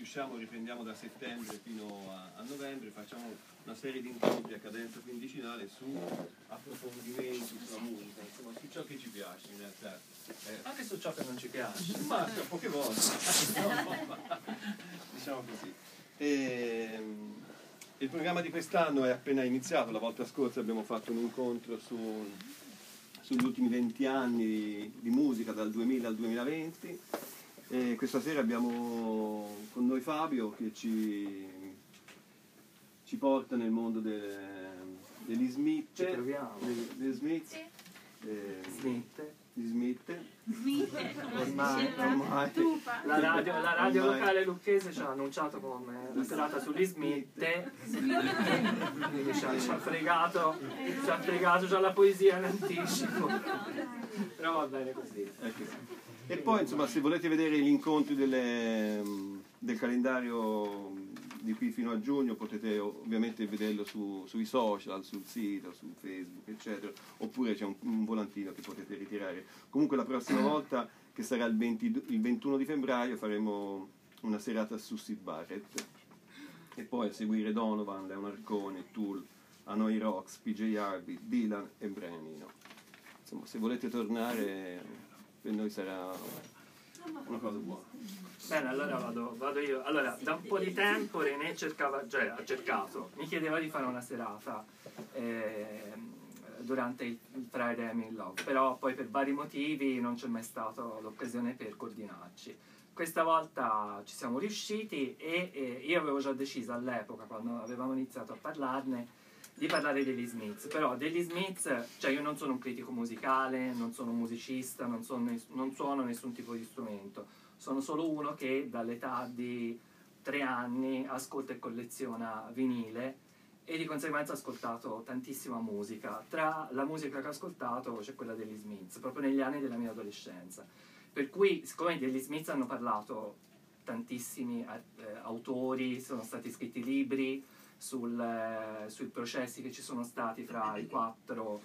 riusciamo riprendiamo da settembre fino a novembre, facciamo una serie di incontri a cadenza quindicinale su approfondimenti sulla musica, insomma su ciò che ci piace in realtà. Anche su ciò che non ci piace. Ma poche volte, diciamo così. Il programma di quest'anno è appena iniziato, la volta scorsa abbiamo fatto un incontro sugli ultimi 20 anni di musica, dal 2000 al 2020, e questa sera abbiamo con noi Fabio che ci porta nel mondo degli Smith, degli Smith, ormai la radio locale lucchese ci ha annunciato come la serata sugli Smith, quindi ci ha fregato già la poesia in anticipo, però va bene così. E poi insomma, se volete vedere gli incontri del calendario di qui fino a giugno, potete ovviamente vederlo sui social, sul sito, su Facebook, eccetera, oppure c'è un volantino che potete ritirare. Comunque la prossima volta, che sarà il 21 di febbraio, faremo una serata su Syd Barrett, e poi a seguire Donovan, Leonarcone, Tool, Hanoi Rocks, PJ Harvey, Dylan e Brian Eno. Insomma, se volete tornare, per noi sarà una cosa buona. Bene, allora vado io. Allora, da un po' di tempo René mi chiedeva di fare una serata durante il Friday I'm in Love, però poi per vari motivi non c'è mai stata l'occasione per coordinarci. Questa volta ci siamo riusciti e io avevo già deciso all'epoca, quando avevamo iniziato a parlarne, di parlare degli Smiths, però degli Smiths, cioè io non sono un critico musicale, non sono un musicista, non suono nessun tipo di strumento, sono solo uno che dall'età di 3 anni ascolta e colleziona vinile e di conseguenza ho ascoltato tantissima musica. Tra la musica che ho ascoltato c'è quella degli Smiths, proprio negli anni della mia adolescenza. Per cui, siccome degli Smiths hanno parlato tantissimi autori, sono stati scritti libri sui processi che ci sono stati fra i 4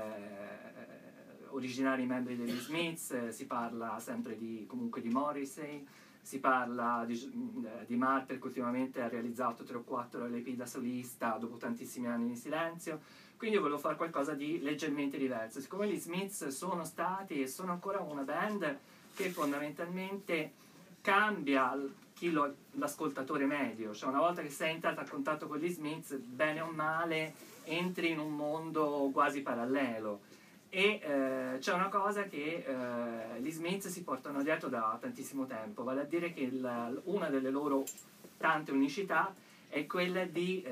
originari membri degli Smiths, si parla sempre comunque di Morrissey, si parla di Martel che ultimamente ha realizzato 3 o 4 LP da solista dopo tantissimi anni di silenzio, quindi io volevo fare qualcosa di leggermente diverso. Siccome gli Smiths sono stati e sono ancora una band che fondamentalmente cambia l'ascoltatore medio, cioè una volta che sei entrato a contatto con gli Smiths, bene o male entri in un mondo quasi parallelo. E c'è una cosa che gli Smiths si portano dietro da tantissimo tempo, vale a dire che una delle loro tante unicità è quella di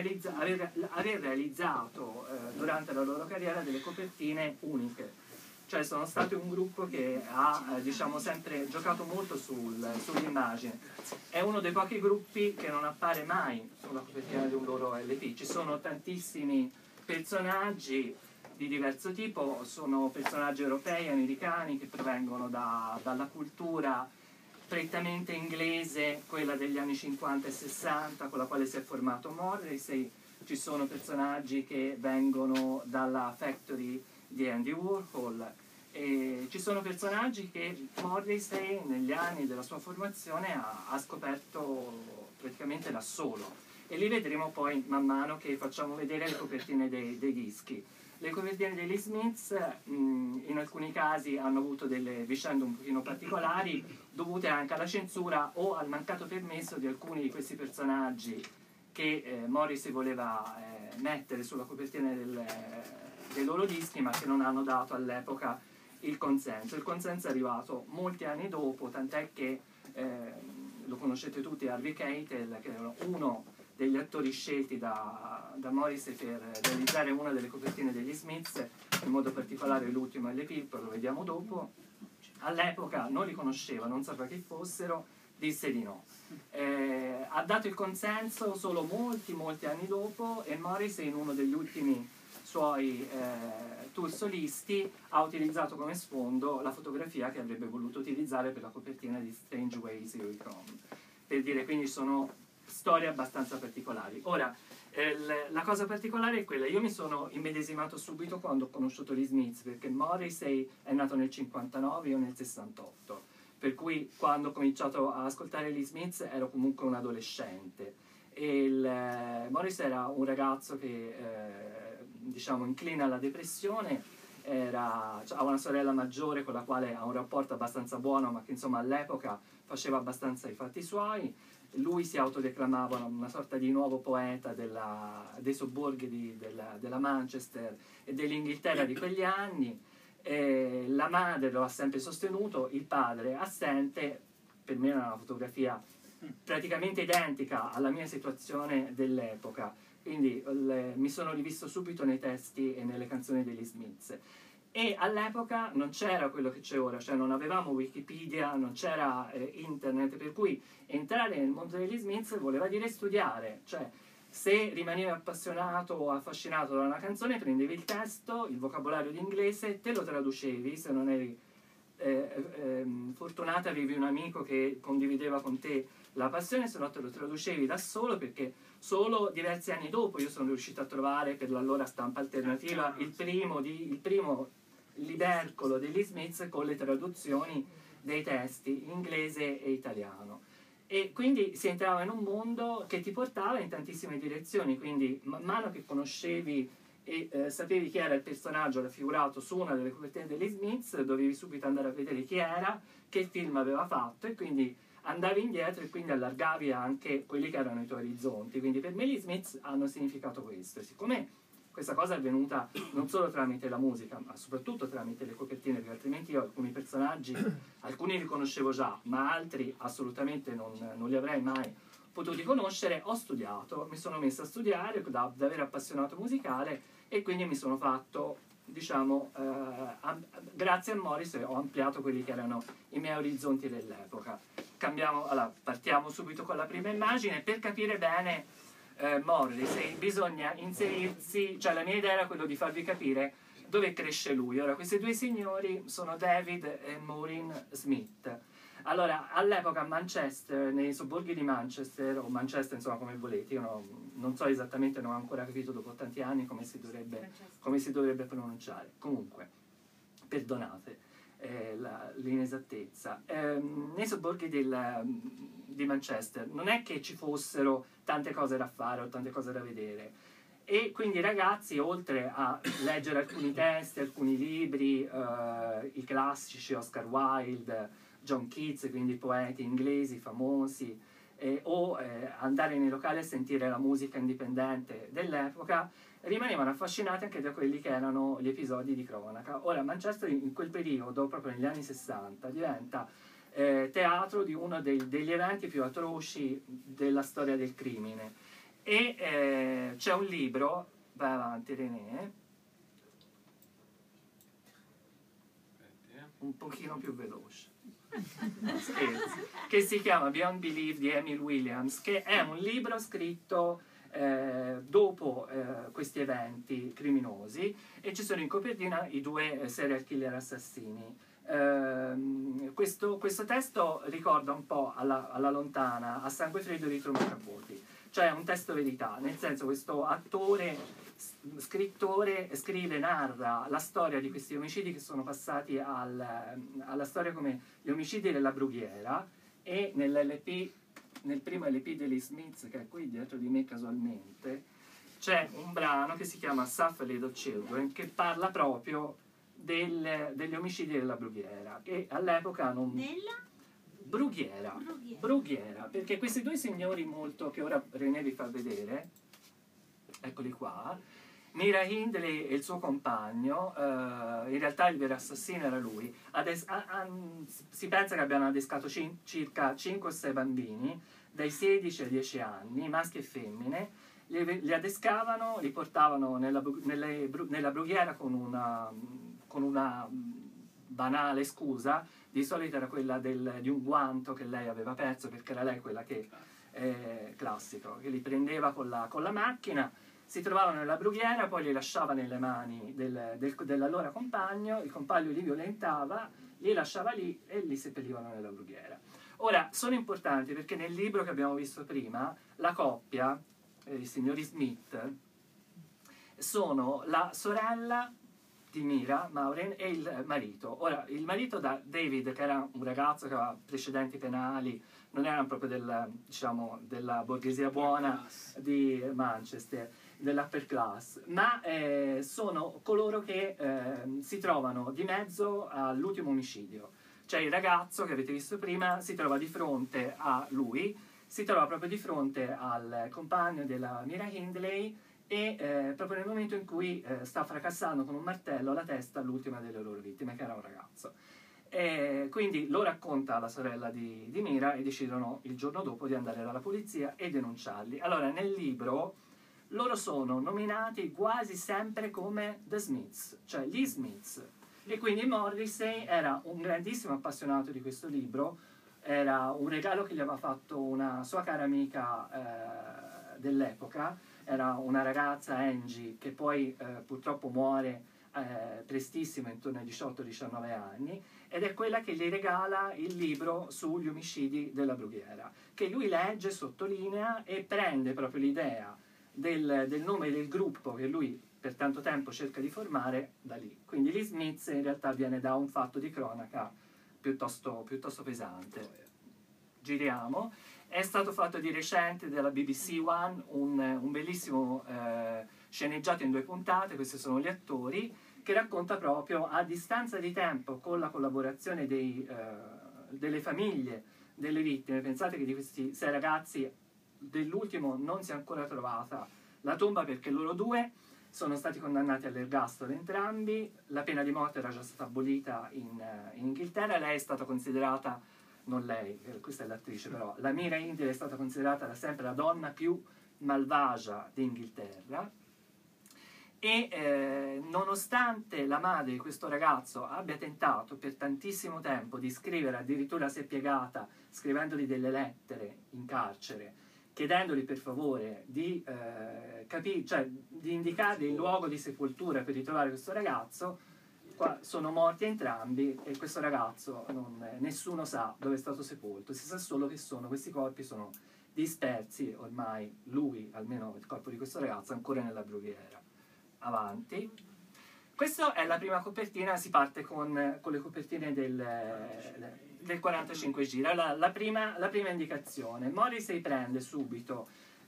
aver realizzato durante la loro carriera delle copertine uniche. Cioè sono stati un gruppo che ha sempre giocato molto sull'immagine. È uno dei pochi gruppi che non appare mai sulla copertina di un loro LP. Ci sono tantissimi personaggi di diverso tipo, sono personaggi europei, americani, che provengono dalla cultura prettamente inglese, quella degli anni 50 e 60, con la quale si è formato Morrissey. Ci sono personaggi che vengono dalla Factory di Andy Warhol, e ci sono personaggi che Morrissey negli anni della sua formazione ha scoperto praticamente da solo, e li vedremo poi man mano che facciamo vedere le copertine dei dischi. Le copertine degli Smiths in alcuni casi hanno avuto delle vicende un pochino particolari dovute anche alla censura o al mancato permesso di alcuni di questi personaggi che Morrissey voleva mettere sulla copertina dei loro dischi, ma che non hanno dato all'epoca il consenso. Il consenso è arrivato molti anni dopo, tant'è che lo conoscete tutti, Harvey Keitel, che era uno degli attori scelti da Morrissey per realizzare una delle copertine degli Smiths, in modo particolare l'ultimo LP, poi lo vediamo dopo. All'epoca non li conosceva, non sapeva chi fossero, disse di no. Ha dato il consenso solo molti anni dopo, e Morrissey in uno degli ultimi suoi tour solisti ha utilizzato come sfondo la fotografia che avrebbe voluto utilizzare per la copertina di Strange Ways You Come, per dire, quindi sono storie abbastanza particolari. Ora, la cosa particolare è quella, io mi sono immedesimato subito quando ho conosciuto gli Smiths, perché Morrissey è nato nel 59, io nel 68. per cui quando ho cominciato a ascoltare gli Smiths ero comunque un adolescente. E Morris era un ragazzo che diciamo inclina alla depressione, ha una sorella maggiore con la quale ha un rapporto abbastanza buono, ma che insomma all'epoca faceva abbastanza i fatti suoi. Lui si autodeclamava una sorta di nuovo poeta dei sobborghi della Manchester e dell'Inghilterra di quegli anni. La madre lo ha sempre sostenuto, il padre assente. Per me era una fotografia praticamente identica alla mia situazione dell'epoca, quindi mi sono rivisto subito nei testi e nelle canzoni degli Smiths. E all'epoca non c'era quello che c'è ora, cioè non avevamo Wikipedia, non c'era internet, per cui entrare nel mondo degli Smiths voleva dire studiare, cioè se rimanevi appassionato o affascinato da una canzone prendevi il testo, il vocabolario d'inglese, te lo traducevi, se non eri fortunata avevi un amico che condivideva con te la passione, se no te lo traducevi da solo, perché solo diversi anni dopo io sono riuscito a trovare per l'allora stampa alternativa il primo libercolo degli Smiths con le traduzioni dei testi in inglese e italiano. E quindi si entrava in un mondo che ti portava in tantissime direzioni, quindi man mano che conoscevi e sapevi chi era il personaggio raffigurato su una delle copertine degli Smiths, dovevi subito andare a vedere chi era, che film aveva fatto, e quindi andavi indietro e quindi allargavi anche quelli che erano i tuoi orizzonti. Quindi per me gli Smiths hanno significato questo, e siccome questa cosa è venuta non solo tramite la musica, ma soprattutto tramite le copertine, perché altrimenti io alcuni personaggi, alcuni li conoscevo già, ma altri assolutamente non li avrei mai potuti conoscere, ho studiato, mi sono messo a studiare da vero appassionato musicale, e quindi mi sono fatto, diciamo, grazie a Morris ho ampliato quelli che erano i miei orizzonti dell'epoca. Allora, partiamo subito con la prima immagine. Per capire bene Morris bisogna inserirsi, cioè la mia idea era quello di farvi capire dove cresce lui. Ora, questi due signori sono David e Maureen Smith. Allora, all'epoca a Manchester, nei sobborghi di Manchester, o Manchester insomma come volete, io non so esattamente, non ho ancora capito dopo tanti anni come si dovrebbe pronunciare. Comunque, perdonate l'inesattezza. Nei sobborghi di Manchester non è che ci fossero tante cose da fare o tante cose da vedere, e quindi i ragazzi, oltre a leggere alcuni testi, alcuni libri, i classici Oscar Wilde, John Keats, quindi poeti inglesi famosi, o andare nei locali a sentire la musica indipendente dell'epoca, rimanevano affascinati anche da quelli che erano gli episodi di cronaca. Ora, Manchester in quel periodo, proprio negli anni 60, diventa teatro di uno degli eventi più atroci della storia del crimine. E c'è un libro, vai avanti René, un pochino più veloce, che si chiama Beyond Belief di Emil Williams, che è un libro scritto dopo questi eventi criminosi, e ci sono in copertina i due serial killer assassini. Questo testo ricorda un po' alla lontana A sangue freddo di Truman Capote, cioè è un testo verità, nel senso questo attore scrittore scrive, narra la storia di questi omicidi che sono passati alla storia come gli omicidi della Brughiera, e nel primo LP degli Smiths, che è qui dietro di me casualmente, c'è un brano che si chiama Suffer Little Children, che parla proprio degli omicidi della Brughiera, che all'epoca non... Brughiera, perché questi due signori molto, che ora René vi fa vedere, eccoli qua, Mira Hindley e il suo compagno, in realtà il vero assassino era lui, si pensa che abbiano adescato circa 5 o 6 bambini dai 16 ai 10 anni, maschi e femmine, li adescavano, li portavano nella brughiera con una banale scusa. Di solito era quella di un guanto che lei aveva perso, perché era lei quella che classico, che li prendeva con la macchina, si trovavano nella brughiera, poi li lasciava nelle mani dell'allora compagno, il compagno li violentava, li lasciava lì e li seppellivano nella brughiera. Ora, sono importanti perché nel libro che abbiamo visto prima, la coppia, i signori Smith, sono la sorella di Mira Maureen e il marito. Ora, il marito David, che era un ragazzo che aveva precedenti penali, non era proprio della borghesia buona di Manchester, dell'upper class, ma sono coloro che si trovano di mezzo all'ultimo omicidio. Cioè il ragazzo che avete visto prima si trova di fronte a lui, si trova proprio di fronte al compagno della Mira Hindley e proprio nel momento in cui sta fracassando con un martello la testa all'ultima delle loro vittime, che era un ragazzo. E quindi lo racconta alla sorella di Mira e decidono il giorno dopo di andare dalla polizia e denunciarli. Allora, nel libro loro sono nominati quasi sempre come The Smiths, cioè gli Smiths. E quindi Morrissey era un grandissimo appassionato di questo libro, era un regalo che gli aveva fatto una sua cara amica dell'epoca, era una ragazza, Angie, che poi purtroppo muore prestissimo, intorno ai 18-19 anni, ed è quella che gli regala il libro sugli omicidi della Brughiera, che lui legge, sottolinea e prende proprio l'idea del nome del gruppo che lui per tanto tempo cerca di formare da lì. Quindi gli Smiths in realtà viene da un fatto di cronaca piuttosto pesante. Giriamo. È stato fatto di recente dalla BBC One un bellissimo sceneggiato in 2 puntate, questi sono gli attori, che racconta proprio a distanza di tempo, con la collaborazione delle famiglie delle vittime. Pensate che di questi 6 ragazzi dell'ultimo non si è ancora trovata la tomba, perché loro 2 sono stati condannati all'ergastolo entrambi, la pena di morte era già stata abolita in Inghilterra, lei è stata considerata, non lei, questa è l'attrice però, la Mira Hindley è stata considerata da sempre la donna più malvagia d'Inghilterra, e nonostante la madre di questo ragazzo abbia tentato per tantissimo tempo di scrivere, addirittura si è piegata scrivendogli delle lettere in carcere, chiedendogli per favore di indicare il luogo di sepoltura per ritrovare questo ragazzo, qua sono morti entrambi e questo ragazzo nessuno sa dove è stato sepolto, si sa solo che questi corpi sono dispersi ormai, lui, almeno il corpo di questo ragazzo, ancora nella brughiera. Avanti. Questa è la prima copertina, si parte con le copertine del 45 gira. La prima indicazione, Morrissey prende subito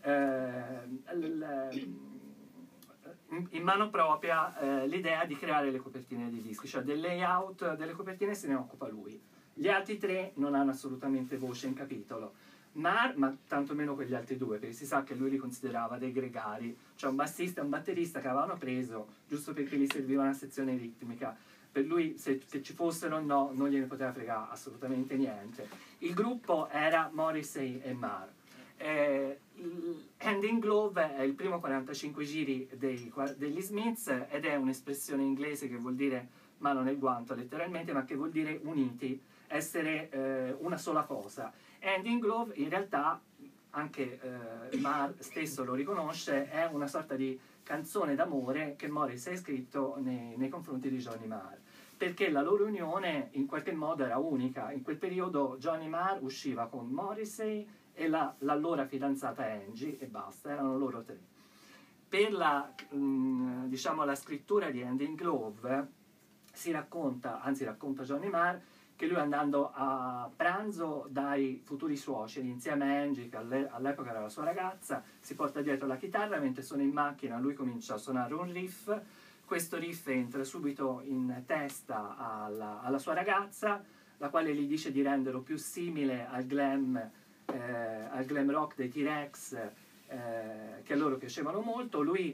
in mano propria l'idea di creare le copertine dei dischi, cioè del layout delle copertine se ne occupa lui. Gli altri 3 non hanno assolutamente voce in capitolo, ma tantomeno quegli altri 2, perché si sa che lui li considerava dei gregari, cioè un bassista e un batterista che avevano preso giusto perché gli serviva una sezione ritmica. Per lui, se ci fossero o no, non gliene poteva fregare assolutamente niente. Il gruppo era Morrissey e Marr. Hand in Glove è il primo 45 giri degli Smiths ed è un'espressione inglese che vuol dire mano nel guanto letteralmente, ma che vuol dire uniti, essere una sola cosa. Hand in Glove in realtà anche Marr stesso lo riconosce, è una sorta di canzone d'amore che Morrissey ha scritto nei confronti di Johnny Marr, perché la loro unione in qualche modo era unica. In quel periodo Johnny Marr usciva con Morrissey e l'allora fidanzata Angie e basta, erano loro 3. Per la scrittura di Hand in Glove racconta Johnny Marr che lui, andando a pranzo dai futuri suoceri insieme a Angie, che all'epoca era la sua ragazza, si porta dietro la chitarra, mentre sono in macchina lui comincia a suonare un riff. Questo riff entra subito in testa alla sua ragazza, la quale gli dice di renderlo più simile al glam rock dei T-Rex, che a loro piacevano molto. Lui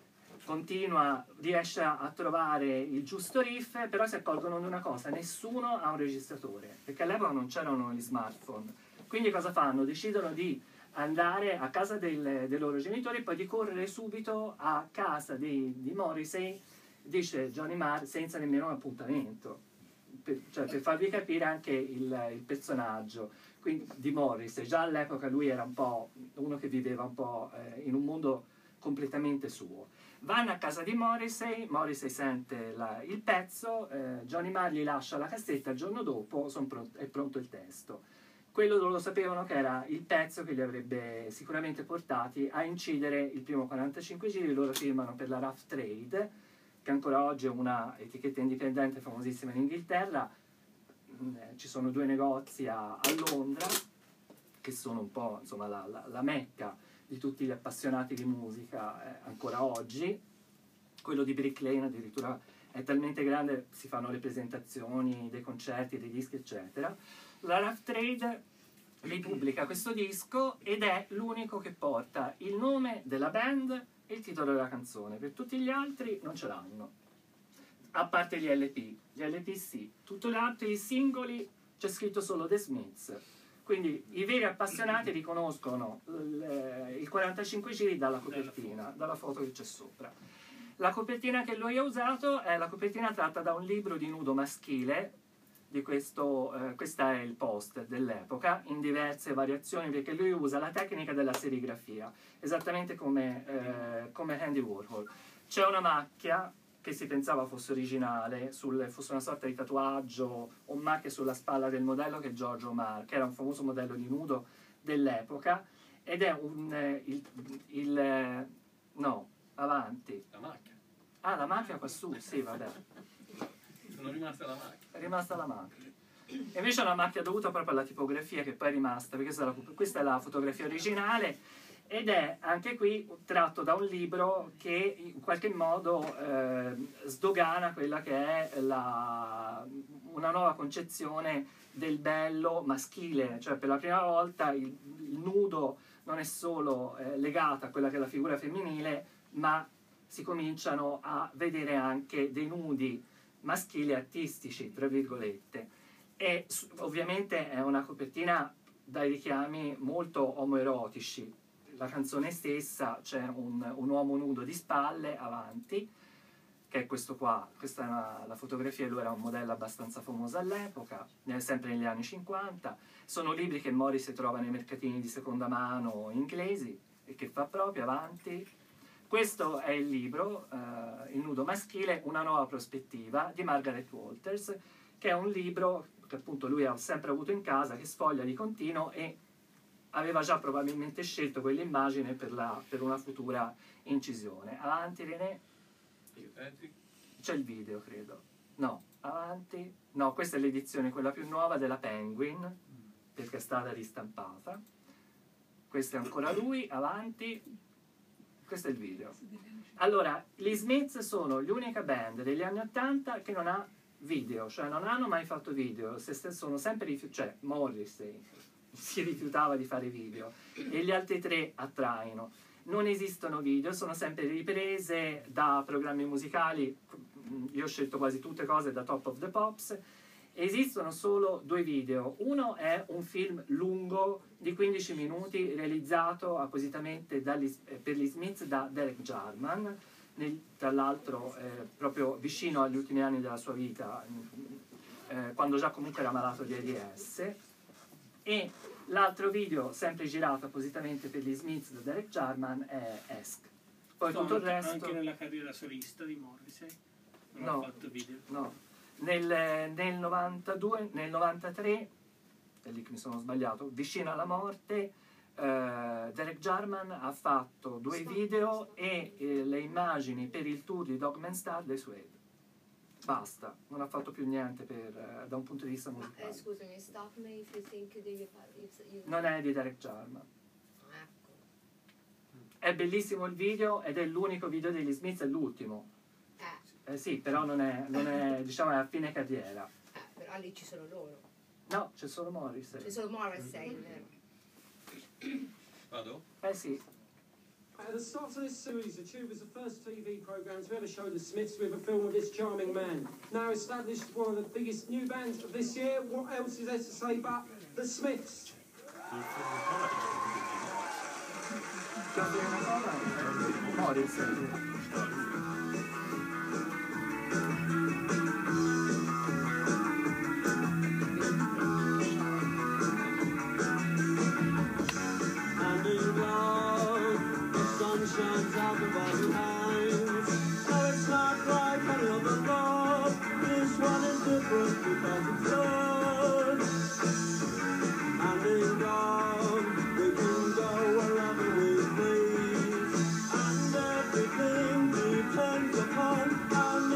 riesce a trovare il giusto riff, però si accorgono di una cosa: nessuno ha un registratore, perché all'epoca non c'erano gli smartphone. Quindi cosa fanno? Decidono di andare a casa dei loro genitori e poi di correre subito a casa di Morrissey, dice Johnny Marr, senza nemmeno un appuntamento, per farvi capire anche il personaggio. Quindi di Morrissey, già all'epoca lui era un po' uno che viveva un po' in un mondo completamente suo. Vanno a casa di Morrissey sente il pezzo, Johnny Marr gli lascia la cassetta, il giorno dopo è pronto il testo. Quello lo sapevano che era il pezzo che li avrebbe sicuramente portati a incidere il primo 45 giri. Loro firmano per la Rough Trade, che ancora oggi è una etichetta indipendente famosissima in Inghilterra. Ci sono 2 negozi a Londra, che sono un po', insomma, la mecca di tutti gli appassionati di musica ancora oggi. Quello di Brick Lane addirittura è talmente grande, si fanno le presentazioni dei concerti, dei dischi, eccetera. La Rough Trade ripubblica questo disco ed è l'unico che porta il nome della band e il titolo della canzone. Per tutti gli altri non ce l'hanno, a parte gli LP. Gli LP sì, tutto l'altro, i singoli, c'è scritto solo The Smiths. Quindi i veri appassionati riconoscono il 45 giri dalla copertina, dalla foto che c'è sopra. La copertina che lui ha usato è la copertina tratta da un libro di nudo maschile, di questo è il poster dell'epoca, in diverse variazioni, perché lui usa la tecnica della serigrafia, esattamente come Andy Warhol. C'è una macchia che si pensava fosse originale, fosse una sorta di tatuaggio o macchia sulla spalla del modello, che è Giorgio Omar, che era un famoso modello di nudo dell'epoca, ed è no, avanti. La macchia. Ah, la macchia qua su, sì, vabbè. Sono rimasta la macchia. È rimasta la macchia. E invece è una macchia dovuta proprio alla tipografia, che poi è rimasta, perché questa è la fotografia originale, ed è anche qui tratto da un libro che in qualche modo sdogana quella che è una nuova concezione del bello maschile. Cioè, per la prima volta il nudo non è solo legato a quella che è la figura femminile, ma si cominciano a vedere anche dei nudi maschili artistici, tra virgolette. E ovviamente è una copertina dai richiami molto omoerotici. La canzone stessa, c'è un uomo nudo di spalle avanti, che è questo qua. Questa è la fotografia, lui era un modello abbastanza famoso all'epoca, sempre negli anni 50. Sono libri che Morrissey trova nei mercatini di seconda mano inglesi e che fa proprio avanti. Questo è il libro, Il nudo maschile, una nuova prospettiva, di Margaret Walters, che è un libro che appunto lui ha sempre avuto in casa, che sfoglia di continuo, e aveva già probabilmente scelto quell'immagine per una futura incisione. Avanti, René. C'è il video, credo. No, avanti. No, questa è l'edizione, quella più nuova, della Penguin, perché è stata ristampata. Questo è ancora lui, avanti. Questo è il video. Allora, gli Smiths sono l'unica band degli anni 80 che non ha video, cioè non hanno mai fatto video, sono sempre cioè Morrissey si rifiutava di fare video e gli altri 3 attraino. Non esistono video, sono sempre riprese da programmi musicali. Io ho scelto quasi tutte cose da Top of the Pops. Esistono solo 2 video. Uno è un film lungo di 15 minuti realizzato appositamente per gli Smiths da Derek Jarman, tra l'altro proprio vicino agli ultimi anni della sua vita, quando già comunque era malato di AIDS. E l'altro video, sempre girato appositamente per gli Smiths da Derek Jarman, è Esk. Poi tutto il resto... Anche nella carriera solista di Morrissey? Non ha fatto video? No. Nel 92, nel 93, è lì che mi sono sbagliato, vicino alla morte, Derek Jarman ha fatto 2 video e le immagini per il tour di Dogman Star dei Suede. Basta, non ha fatto più niente da un punto di vista musicale. Scusami, stop me if you think Non è di Derek Jarman. Ecco. È bellissimo il video ed è l'unico video degli Smiths, è l'ultimo. Sì, però non è diciamo, è a fine carriera. Però lì ci sono loro. No, c'è solo Morrissey. C'è solo Morrissey, vero? Vado? Sì. At the start of this series, the Tube was the first TV programme to ever show the Smiths with a film of this charming man. Now established as one of the biggest new bands of this year, what else is there to say but the Smiths? Morrissey. Shines out of our lives. No, it's not like any other love. This one is different because it's good. And in God, we can go wherever we please. And everything depends upon our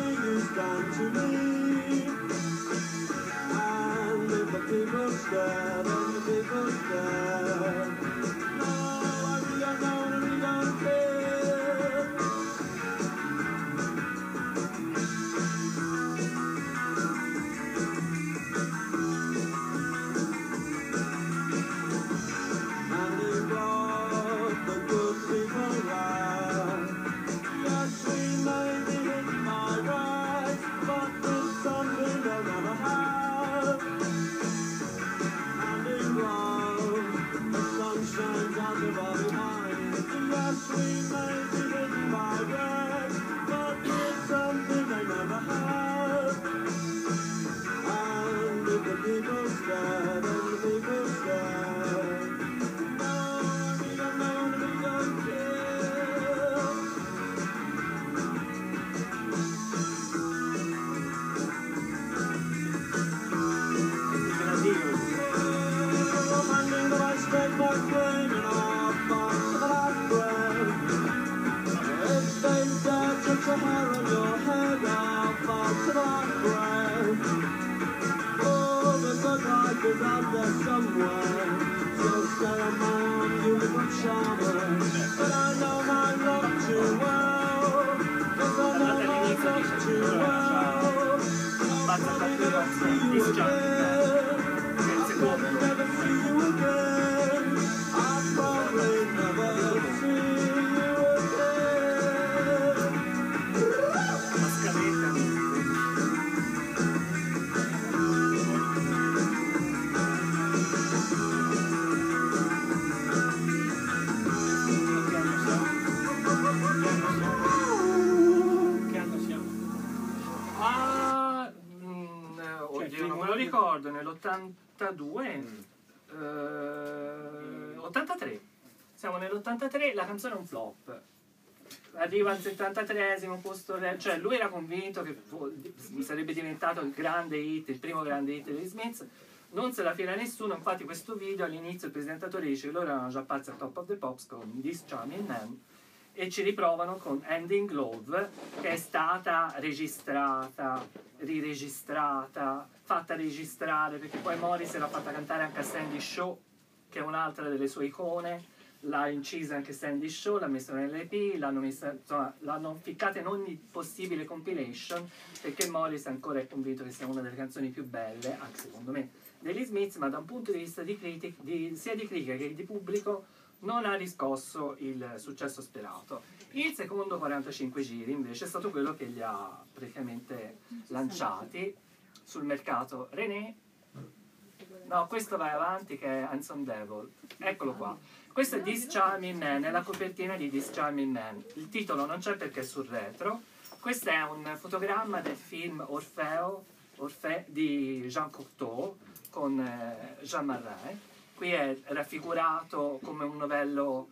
Yes, we may be living by bread, but it's something they never had. And if the people stare, then the people stare. No, we don't know, we don't care. Reminding that I spread my flame in our box of that bread. If they dare touch a hair on your head, I'll fall to that bread. Oh, the good life is out there somewhere. So stay on my own, you little charmer. But I know my luck too well. Yes, I know my luck too well. I'll probably never see you again. I'll probably never see you again. I'll probably never see you again. La scaletta. Che anno siamo? Ah, oddio, non me lo ricordo, nell'82, 83. Siamo nell'83, la canzone è un flop. Arriva al 73esimo posto, cioè lui era convinto che sarebbe diventato il grande hit, il primo grande hit degli Smiths. Non se la fila nessuno, infatti questo video all'inizio il presentatore dice che loro erano già pazzi a Top of the Pops con This Charming Man e ci riprovano con Ending Love, che è stata registrata, riregistrata, fatta registrare, perché poi Morris l'ha fatta cantare anche a Sandy Shaw, che è un'altra delle sue icone, l'ha incisa anche Sandy Shaw, l'ha messa nell'EP, l'hanno messa, insomma, l'hanno ficcata in ogni possibile compilation, perché Morris ancora è convinto che sia una delle canzoni più belle, anche secondo me, degli Smiths, ma da un punto di vista di sia di critica che di pubblico non ha riscosso il successo sperato. Il secondo 45 giri invece è stato quello che li ha praticamente lanciati sul mercato. René? No, questo vai avanti che è Handsome Devil. Eccolo qua. Questo è This Charming Man, è la copertina di This Charming Man. Il titolo non c'è perché è sul retro. Questo è un fotogramma del film Orphée di Jean Cocteau con Jean Marais. Qui è raffigurato come un novello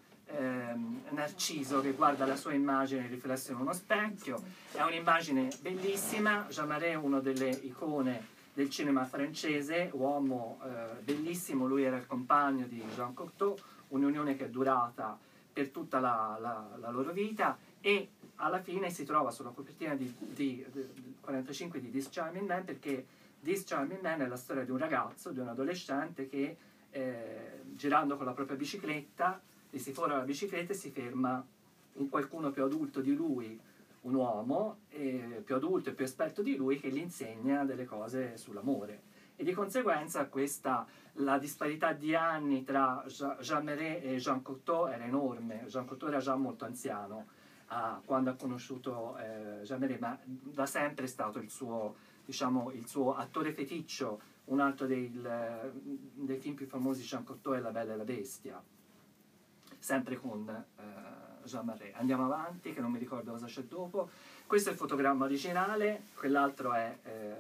Narciso che guarda la sua immagine riflessa in uno specchio. È un'immagine bellissima. Jean Marais è una delle icone del cinema francese, uomo bellissimo. Lui era il compagno di Jean Cocteau, un'unione che è durata per tutta la loro vita, e alla fine si trova sulla copertina di 45 di This Charming Man, perché This Charming Man è la storia di un ragazzo, di un adolescente che girando con la propria bicicletta gli si fora la bicicletta e si ferma un qualcuno più adulto di lui, un uomo più adulto e più esperto di lui, che gli insegna delle cose sull'amore. E di conseguenza la disparità di anni tra Jean Marais e Jean Cocteau era enorme. Jean Cocteau era già molto anziano quando ha conosciuto Jean Marais, ma da sempre è stato il suo attore feticcio. Un altro dei film più famosi di Jean Cocteau è La Bella e la Bestia, sempre con Jean Marais. Andiamo avanti, che non mi ricordo cosa c'è dopo. Questo è il fotogramma originale, quell'altro è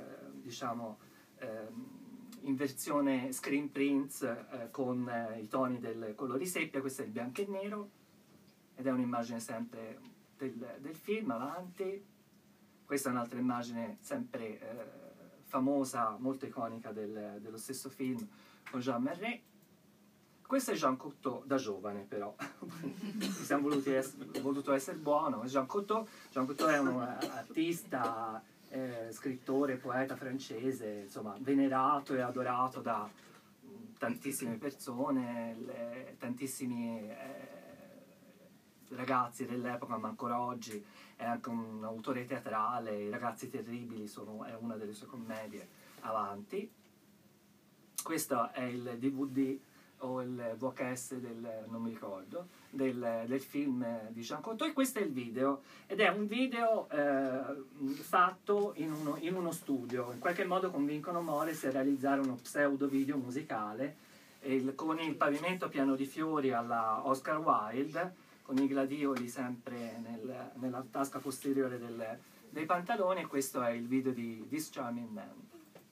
in versione screen prints con i toni del colori seppia. Questo è il bianco e nero ed è un'immagine sempre del film. Avanti, questa è un'altra immagine sempre famosa, molto iconica dello stesso film con Jean Marais. Questo è Jean Cocteau da giovane, però siamo voluto essere buono. Jean Cocteau è un artista, scrittore, poeta francese, insomma, venerato e adorato da tantissime persone, tantissimi ragazzi dell'epoca, ma ancora oggi è anche un autore teatrale. I Ragazzi Terribili è una delle sue commedie. Avanti, questo è il DVD o il VHS non mi ricordo, del film di Jean Cocteau, e questo è il video, ed è un video fatto in uno studio. In qualche modo convincono Morris a realizzare uno pseudo video musicale con il pavimento pieno di fiori alla Oscar Wilde, con i gladioli sempre nella tasca posteriore dei pantaloni, e questo è il video di This Charming Man.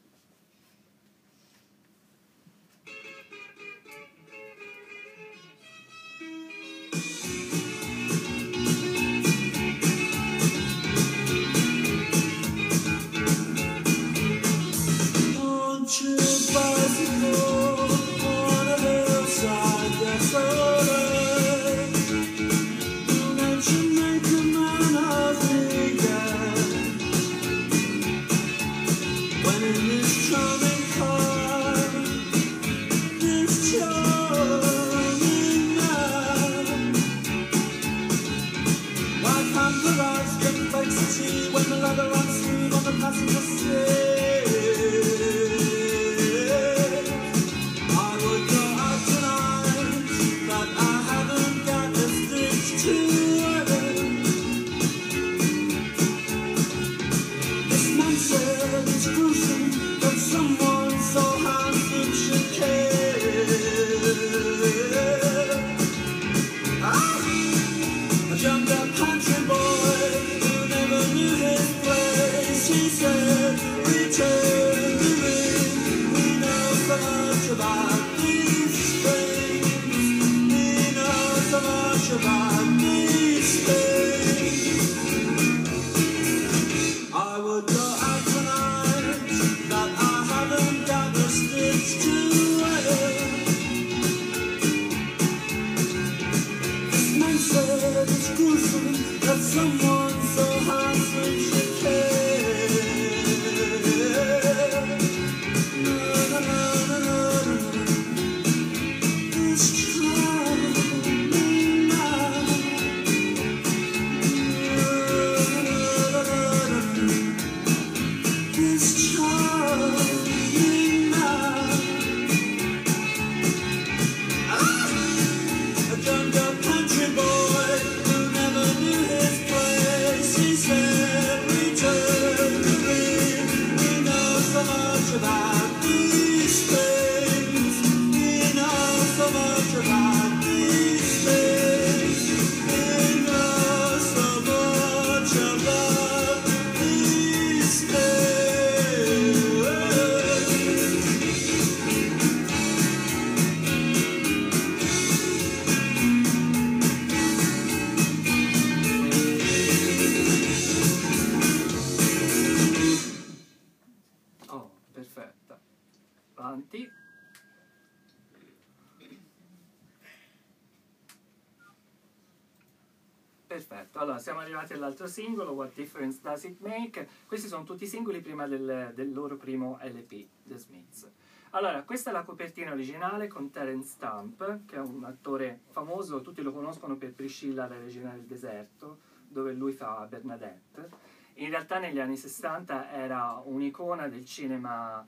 Perfetto, allora siamo arrivati all'altro singolo, What Difference Does It Make? Questi sono tutti i singoli prima del loro primo LP, The Smiths. Allora, questa è la copertina originale con Terence Stamp, che è un attore famoso, tutti lo conoscono per Priscilla, la regina del deserto, dove lui fa Bernadette. In realtà negli anni 60 era un'icona del cinema,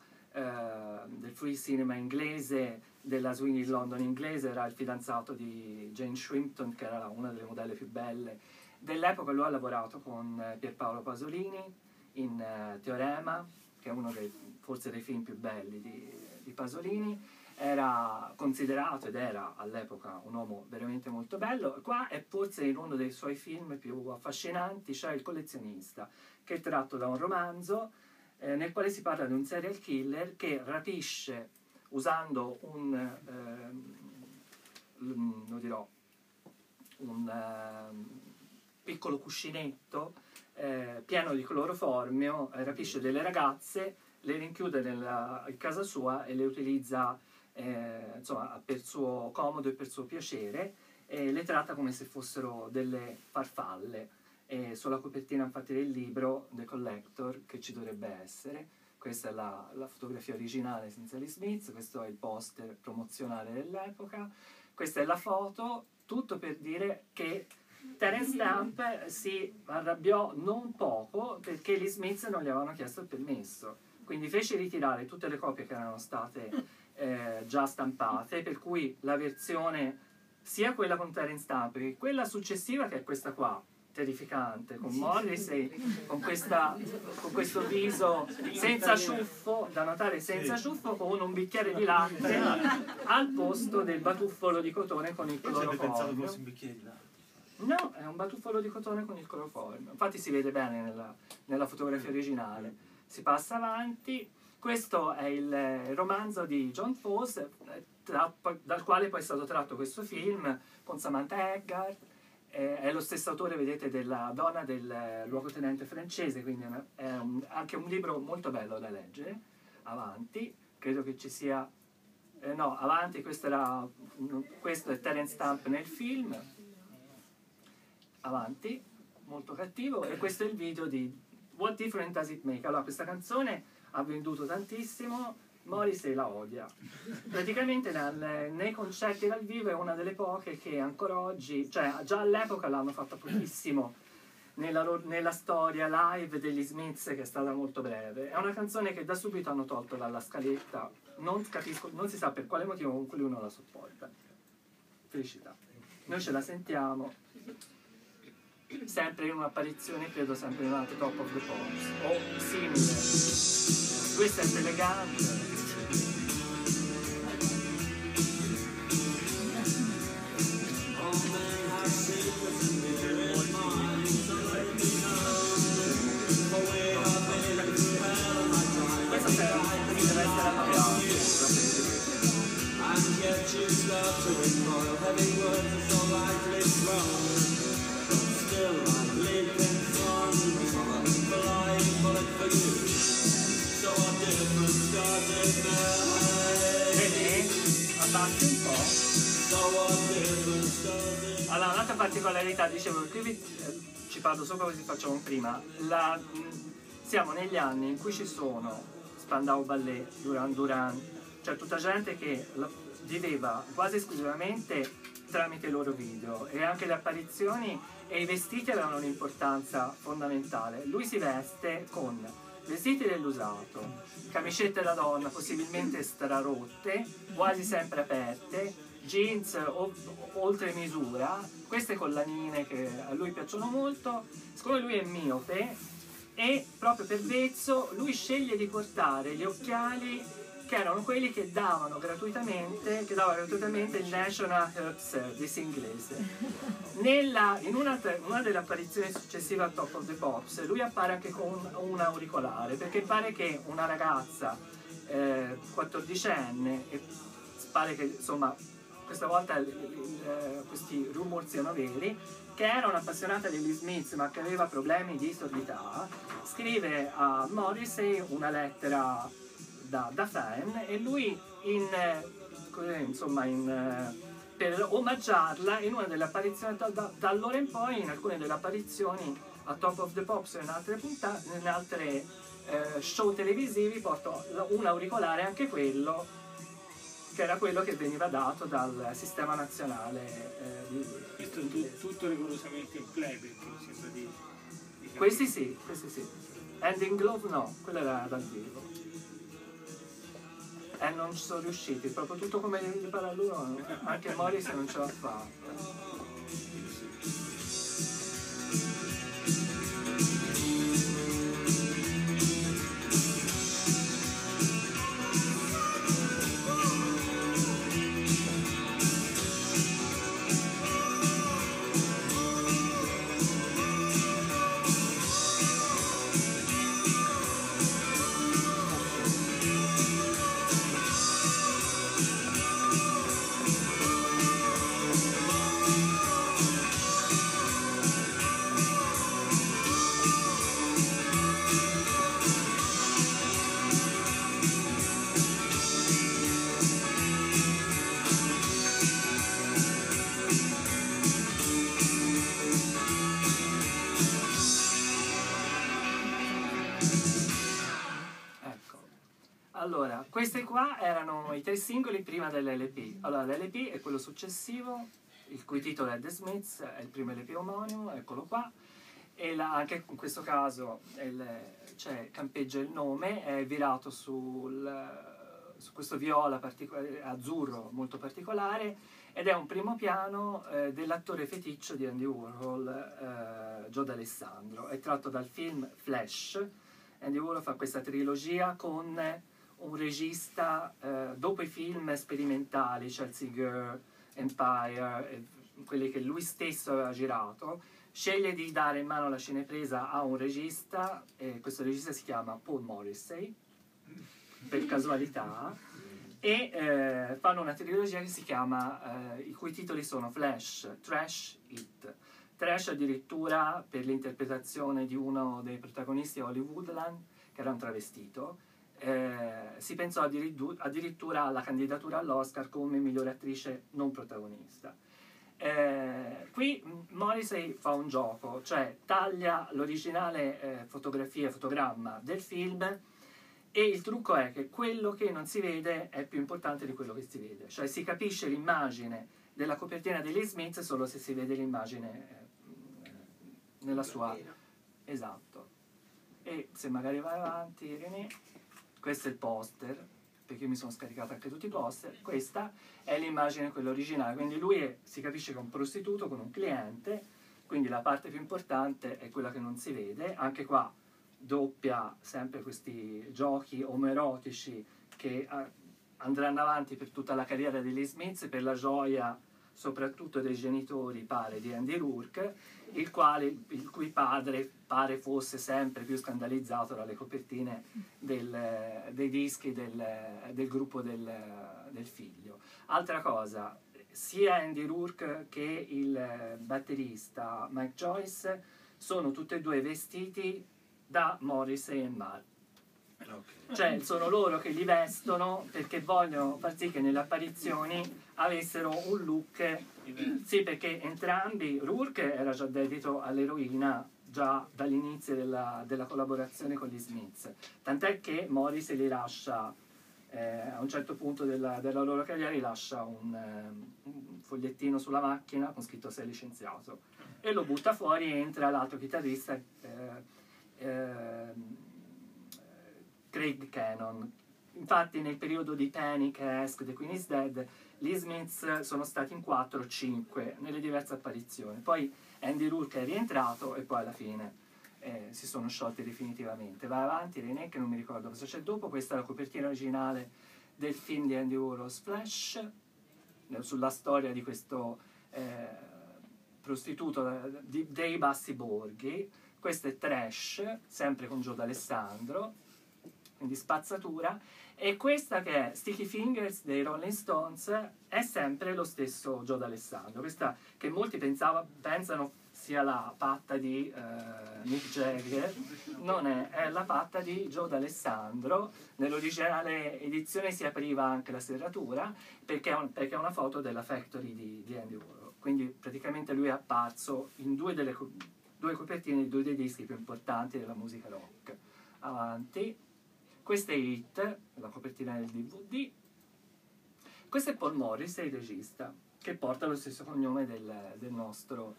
del free cinema inglese, della Swing in London inglese, era il fidanzato di Jane Shrimpton, che era una delle modelle più belle dell'epoca. Lui ha lavorato con Pierpaolo Pasolini in Teorema, che è uno forse dei film più belli di Pasolini. Era considerato ed era all'epoca un uomo veramente molto bello. Qua è forse in uno dei suoi film più affascinanti, cioè Il collezionista, che è tratto da un romanzo nel quale si parla di un serial killer che rapisce, usando un piccolo cuscinetto pieno di cloroformio, rapisce delle ragazze, le rinchiude in casa sua e le utilizza insomma, per suo comodo e per suo piacere, e le tratta come se fossero delle farfalle. E sulla copertina infatti del libro The Collector, che ci dovrebbe essere, questa è la fotografia originale senza gli Smiths, questo è il poster promozionale dell'epoca, questa è la foto, tutto per dire che Terence Stamp si arrabbiò non poco perché gli Smiths non gli avevano chiesto il permesso, quindi fece ritirare tutte le copie che erano state già stampate, per cui la versione sia quella con Terence Stamp che quella successiva, che è questa qua, terrificante, con Morrissey, con questo viso senza ciuffo, da notare senza ciuffo, con un bicchiere di latte al posto del batuffolo di cotone con il Io ci avevo pensato cloroformio. fosse un bicchiere di latte. No, è un batuffolo di cotone con il cloroformio. Infatti si vede bene nella fotografia originale. Si passa avanti. Questo è il romanzo di John Fawkes, dal quale poi è stato tratto questo film con Samantha Eggar. È lo stesso autore, vedete, della donna del luogotenente francese, quindi è anche un libro molto bello da leggere. Avanti, credo che ci sia... no, avanti, questo è Terence Stamp nel film. Avanti, molto cattivo. E questo è il video di What Difference Does It Make? Allora, questa canzone ha venduto tantissimo, Morrissey la odia. Praticamente nei concerti dal vivo è una delle poche che ancora oggi, cioè già all'epoca l'hanno fatta pochissimo nella storia live degli Smiths, che è stata molto breve. È una canzone che da subito hanno tolto dalla scaletta, non si sa per quale motivo, comunque lui non la sopporta. Felicità. Noi ce la sentiamo sempre in un'apparizione, credo sempre in un altro Top of the Pops o simile. Questo è elegante. Questo deve essere appropriato. Vedi? Abbassi un po'. Allora, un'altra particolarità, dicevo, qui ci parlo sopra così facciamo prima. Siamo negli anni in cui ci sono Spandau Ballet, Duran Duran, cioè tutta gente che viveva quasi esclusivamente tramite i loro video, e anche le apparizioni e i vestiti avevano un'importanza fondamentale. Lui si veste con vestiti dell'usato, camicette da donna possibilmente strarotte, quasi sempre aperte, jeans oltre misura, queste collanine che a lui piacciono molto. Siccome lui è miope e proprio per vezzo lui sceglie di portare gli occhiali che erano quelli che davano gratuitamente il National Health Service inglese. In una delle apparizioni successive a Top of the Pops lui appare anche con un auricolare, perché pare che una ragazza 14enne, e pare che insomma questa volta questi rumor siano veri, che era un'appassionata degli Smiths ma che aveva problemi di sordità, scrive a Morrissey una lettera da fan, e lui per omaggiarla in una delle apparizioni da allora in poi, in alcune delle apparizioni a Top of the Pops e in altre puntate, in altre show televisivi, portò un auricolare, anche quello che era quello che veniva dato dal sistema nazionale Questo tutto rigorosamente in playback, mi sembra di questi sì. Hand in Glove no, quello era dal vivo. E non ci sono riusciti, proprio tutto come gli parla lui, anche Morrissey non ce l'ha fatta. Allora, questi qua erano i 3 singoli prima dell'LP. Allora, l'LP è quello successivo, il cui titolo è The Smiths, è il primo LP omonimo, eccolo qua. E anche in questo caso campeggia il nome, è virato su questo viola azzurro molto particolare, ed è un primo piano dell'attore feticcio di Andy Warhol, Joe D'Alessandro. È tratto dal film Flash. Andy Warhol fa questa trilogia con un regista, dopo i film sperimentali, Chelsea Girl, Empire, quelli che lui stesso aveva girato, sceglie di dare in mano la cinepresa a un regista, e questo regista si chiama Paul Morrissey, per casualità, e fanno una trilogia che si chiama, i cui titoli sono Flash, Trash, It. Trash addirittura per l'interpretazione di uno dei protagonisti, Holly Woodland, che era un travestito. Si pensò addirittura alla candidatura all'Oscar come migliore attrice non protagonista. Qui Morrissey fa un gioco, cioè taglia l'originale fotogramma del film, e il trucco è che quello che non si vede è più importante di quello che si vede, cioè si capisce l'immagine della copertina degli Smiths solo se si vede l'immagine nella sua... Esatto. E se magari vai avanti, René, questo è il poster, perché io mi sono scaricato anche tutti i poster. Questa è l'immagine, quella originale, quindi lui si capisce che è un prostituto con un cliente, quindi la parte più importante è quella che non si vede. Anche qua doppia sempre questi giochi omoerotici che andranno avanti per tutta la carriera degli Smiths, per la gioia soprattutto dei genitori, pare, di Andy Rourke, il cui padre pare fosse sempre più scandalizzato dalle copertine dei dischi del gruppo del figlio. Altra cosa, sia Andy Rourke che il batterista Mike Joyce sono tutti e due vestiti da Morrissey e Marr. Cioè sono loro che li vestono perché vogliono far sì che nelle apparizioni avessero un look, sì, perché entrambi, Rourke era già dedito all'eroina già dall'inizio della collaborazione con gli Smiths, tant'è che Morrissey li lascia a un certo punto della loro carriera, gli lascia un fogliettino sulla macchina con scritto "sei licenziato", e lo butta fuori, e entra l'altro chitarrista, Craig Cannon. Infatti nel periodo di Panic, Ask, The Queen is Dead, gli Smiths sono stati in 4 o 5 nelle diverse apparizioni, poi Andy Rourke è rientrato e poi alla fine si sono sciolti definitivamente. Vai avanti, René, che non mi ricordo cosa c'è dopo. Questa è la copertina originale del film di Andy Warhol, Flash, sulla storia di questo prostituto dei bassi borghi. Questo è Trash, sempre con Joe D'Alessandro, quindi spazzatura. E questa, che è Sticky Fingers dei Rolling Stones, è sempre lo stesso Joe D'Alessandro. Questa che molti pensano sia la patta di Mick Jagger, non è la patta di Joe D'Alessandro. Nell'originale edizione si apriva anche la serratura perché è una foto della Factory di Andy Warhol. Quindi praticamente lui è apparso in due copertine di 2 dei dischi più importanti della musica rock. Avanti. Questa è It, la copertina del DVD. Questo è Paul Morrissey, il regista, che porta lo stesso cognome del nostro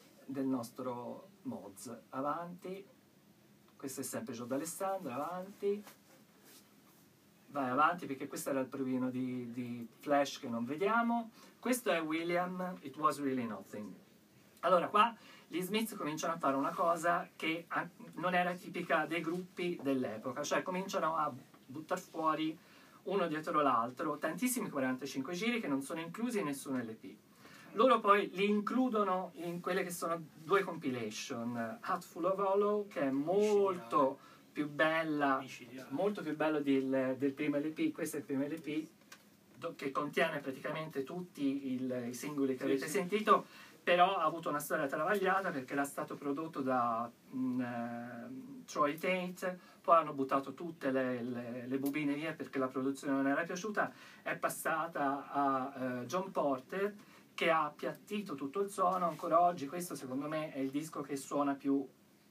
Moz. Avanti. Questo è sempre Joe D'Alessandro. Avanti. Vai avanti, perché questo era il provino di Flash che non vediamo. Questo è William, It Was Really Nothing. Allora, qua gli Smiths cominciano a fare una cosa che non era tipica dei gruppi dell'epoca, cioè cominciano a buttare fuori uno dietro l'altro tantissimi 45 giri che non sono inclusi in nessun LP. Loro poi li includono in quelle che sono 2 compilation, Hatful of Hollow, che è molto più bella, molto più bello del primo LP. Questo è il primo LP che contiene praticamente tutti i singoli che avete sentito, però ha avuto una storia travagliata perché era stato prodotto da Troy Tate, poi hanno buttato tutte le bobine via perché la produzione non era piaciuta, è passata a John Porter, che ha appiattito tutto il suono. Ancora oggi questo secondo me è il disco che suona più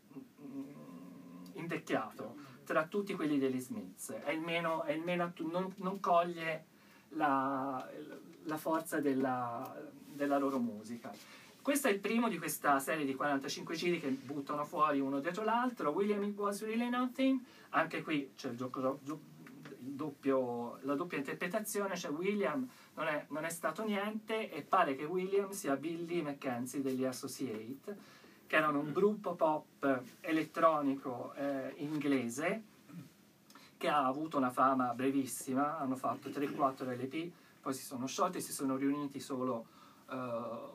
invecchiato tra tutti quelli degli Smiths, non coglie la forza della loro musica. Questo è il primo di questa serie di 45 giri che buttano fuori uno dietro l'altro. William, It Was Really Nothing. Anche qui c'è la doppia interpretazione, cioè William non è stato niente, e pare che William sia Billy Mackenzie degli Associate, che erano un gruppo pop elettronico inglese che ha avuto una fama brevissima. Hanno fatto 3-4 LP, poi si sono sciolti, si sono riuniti solo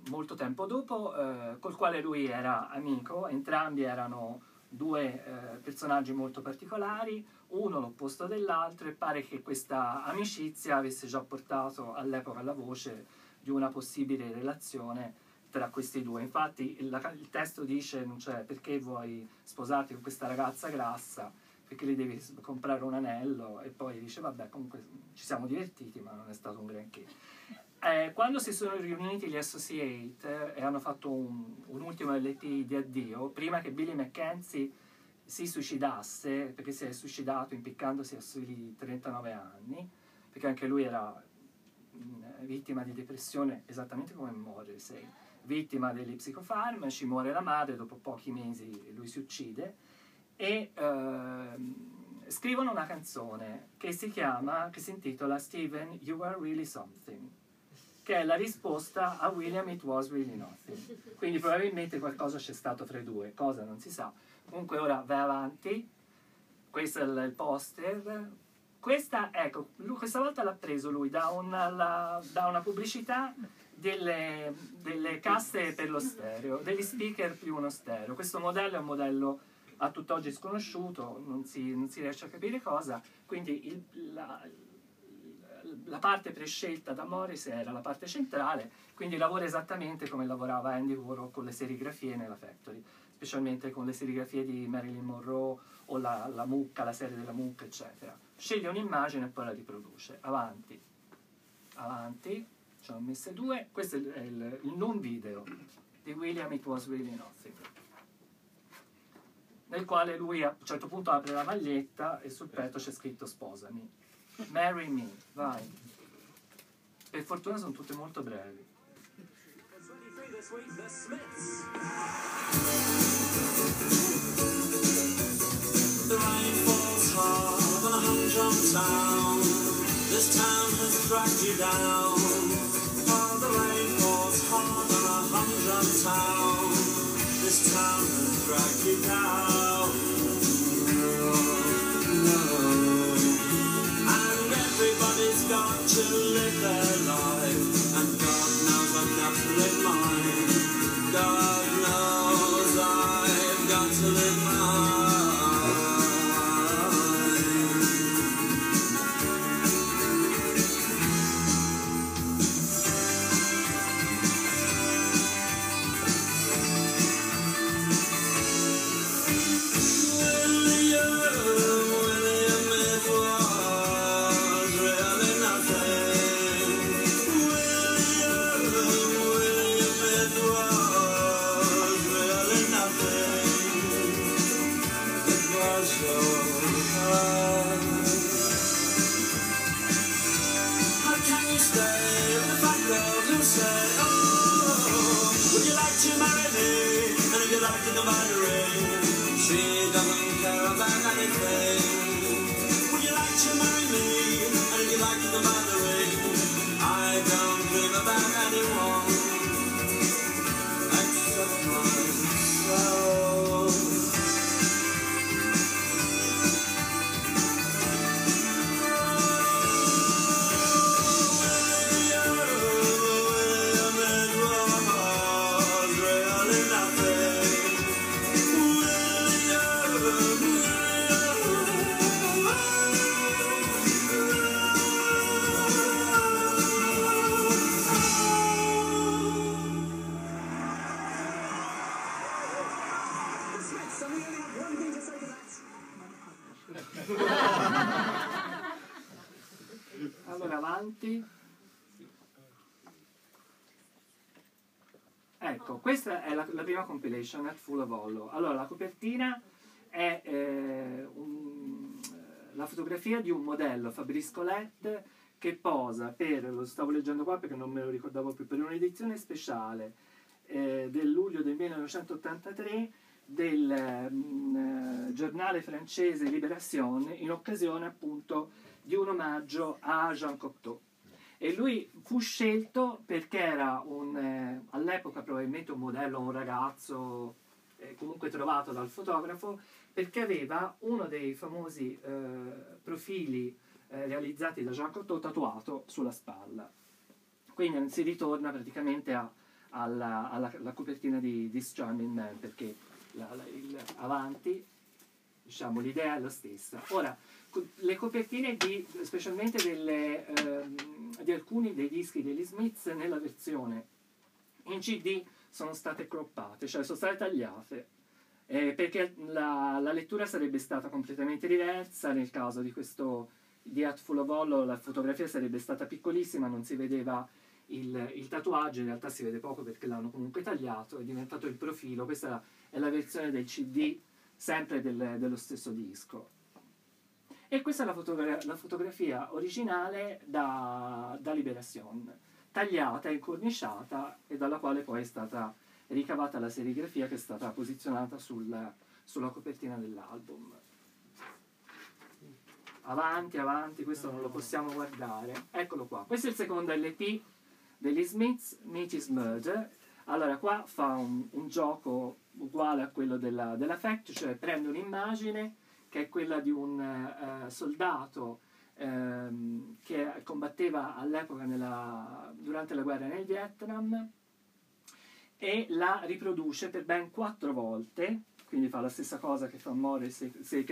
molto tempo dopo, col quale lui era amico. Entrambi erano due personaggi molto particolari, uno l'opposto dell'altro, e pare che questa amicizia avesse già portato all'epoca alla voce di una possibile relazione tra questi due. Infatti il testo dice, non c'è, perché vuoi sposarti con questa ragazza grassa, perché le devi comprare un anello, e poi dice vabbè, comunque ci siamo divertiti ma non è stato un granché. Quando si sono riuniti gli Associate e hanno fatto un ultimo LP di addio, prima che Billy Mackenzie si suicidasse, perché si è suicidato impiccandosi a soli 39 anni, perché anche lui era vittima di depressione esattamente come Morrissey, vittima degli psicofarmaci, muore la madre, dopo pochi mesi lui si uccide, e scrivono una canzone che si intitola Steven, You Are Really Something, che è la risposta a William, It Was Really Nothing. Quindi probabilmente qualcosa c'è stato fra i due, cosa non si sa. Comunque ora vai avanti, questo è il poster. Questa volta l'ha preso lui da una pubblicità delle casse per lo stereo, degli speaker più uno stereo. Questo modello è un modello a tutt'oggi sconosciuto, non si riesce a capire cosa, quindi la parte prescelta da Morris era la parte centrale, quindi lavora esattamente come lavorava Andy Warhol con le serigrafie nella Factory, specialmente con le serigrafie di Marilyn Monroe o la mucca, la serie della mucca, eccetera. Sceglie un'immagine e poi la riproduce. Avanti, ci ho messe due. Questo è il non video di William, It Was Really Nothing, nel quale lui a un certo punto apre la maglietta e sul petto c'è scritto sposami. Marry me, vai. Per fortuna sono tutte molto brevi. The rain falls hard on a humdrum town. This town has dragged you down. Oh, the rain falls hard on a humdrum town. This town has dragged you down. And everybody's got to live their life, and God knows I've got to live mine. God knows I've got to live mine. She doesn't care about anything. Would you like to marry me? And if you like to come out the ring, I don't dream about anyone except myself. Allora avanti. Ecco, questa è la prima compilation, At Full of Hollow. Allora la copertina è la fotografia di un modello Fabrice Colette che posa per, lo stavo leggendo qua perché non me lo ricordavo più, per un'edizione speciale del luglio del 1983 del giornale francese Libération, in occasione appunto di un omaggio a Jean Cocteau. E lui fu scelto perché era all'epoca probabilmente un modello, un ragazzo comunque trovato dal fotografo, perché aveva uno dei famosi profili realizzati da Jean Cocteau tatuato sulla spalla. Quindi si ritorna praticamente a alla copertina di This Charming Man, perché avanti, diciamo, l'idea è la stessa. Ora, le copertine specialmente di alcuni dei dischi degli Smiths nella versione in CD sono state croppate, cioè sono state tagliate, perché la lettura sarebbe stata completamente diversa. Nel caso di questo di Hatful of Hollow la fotografia sarebbe stata piccolissima, non si vedeva il tatuaggio, in realtà si vede poco perché l'hanno comunque tagliato, è diventato il profilo. Questa è la versione del CD, sempre dello stesso disco. E questa è la fotografia originale da Libération, tagliata e incorniciata, e dalla quale poi è stata ricavata la serigrafia che è stata posizionata sulla copertina dell'album. Avanti, avanti, questo non lo possiamo guardare. Eccolo qua. Questo è il secondo LP degli Smiths, Meat is Murder. Allora, qua fa un gioco uguale a quello della Fact, cioè prende un'immagine che è quella di un soldato che combatteva all'epoca durante la guerra nel Vietnam, e la riproduce per ben 4 volte, quindi fa la stessa cosa che fa Morrissey,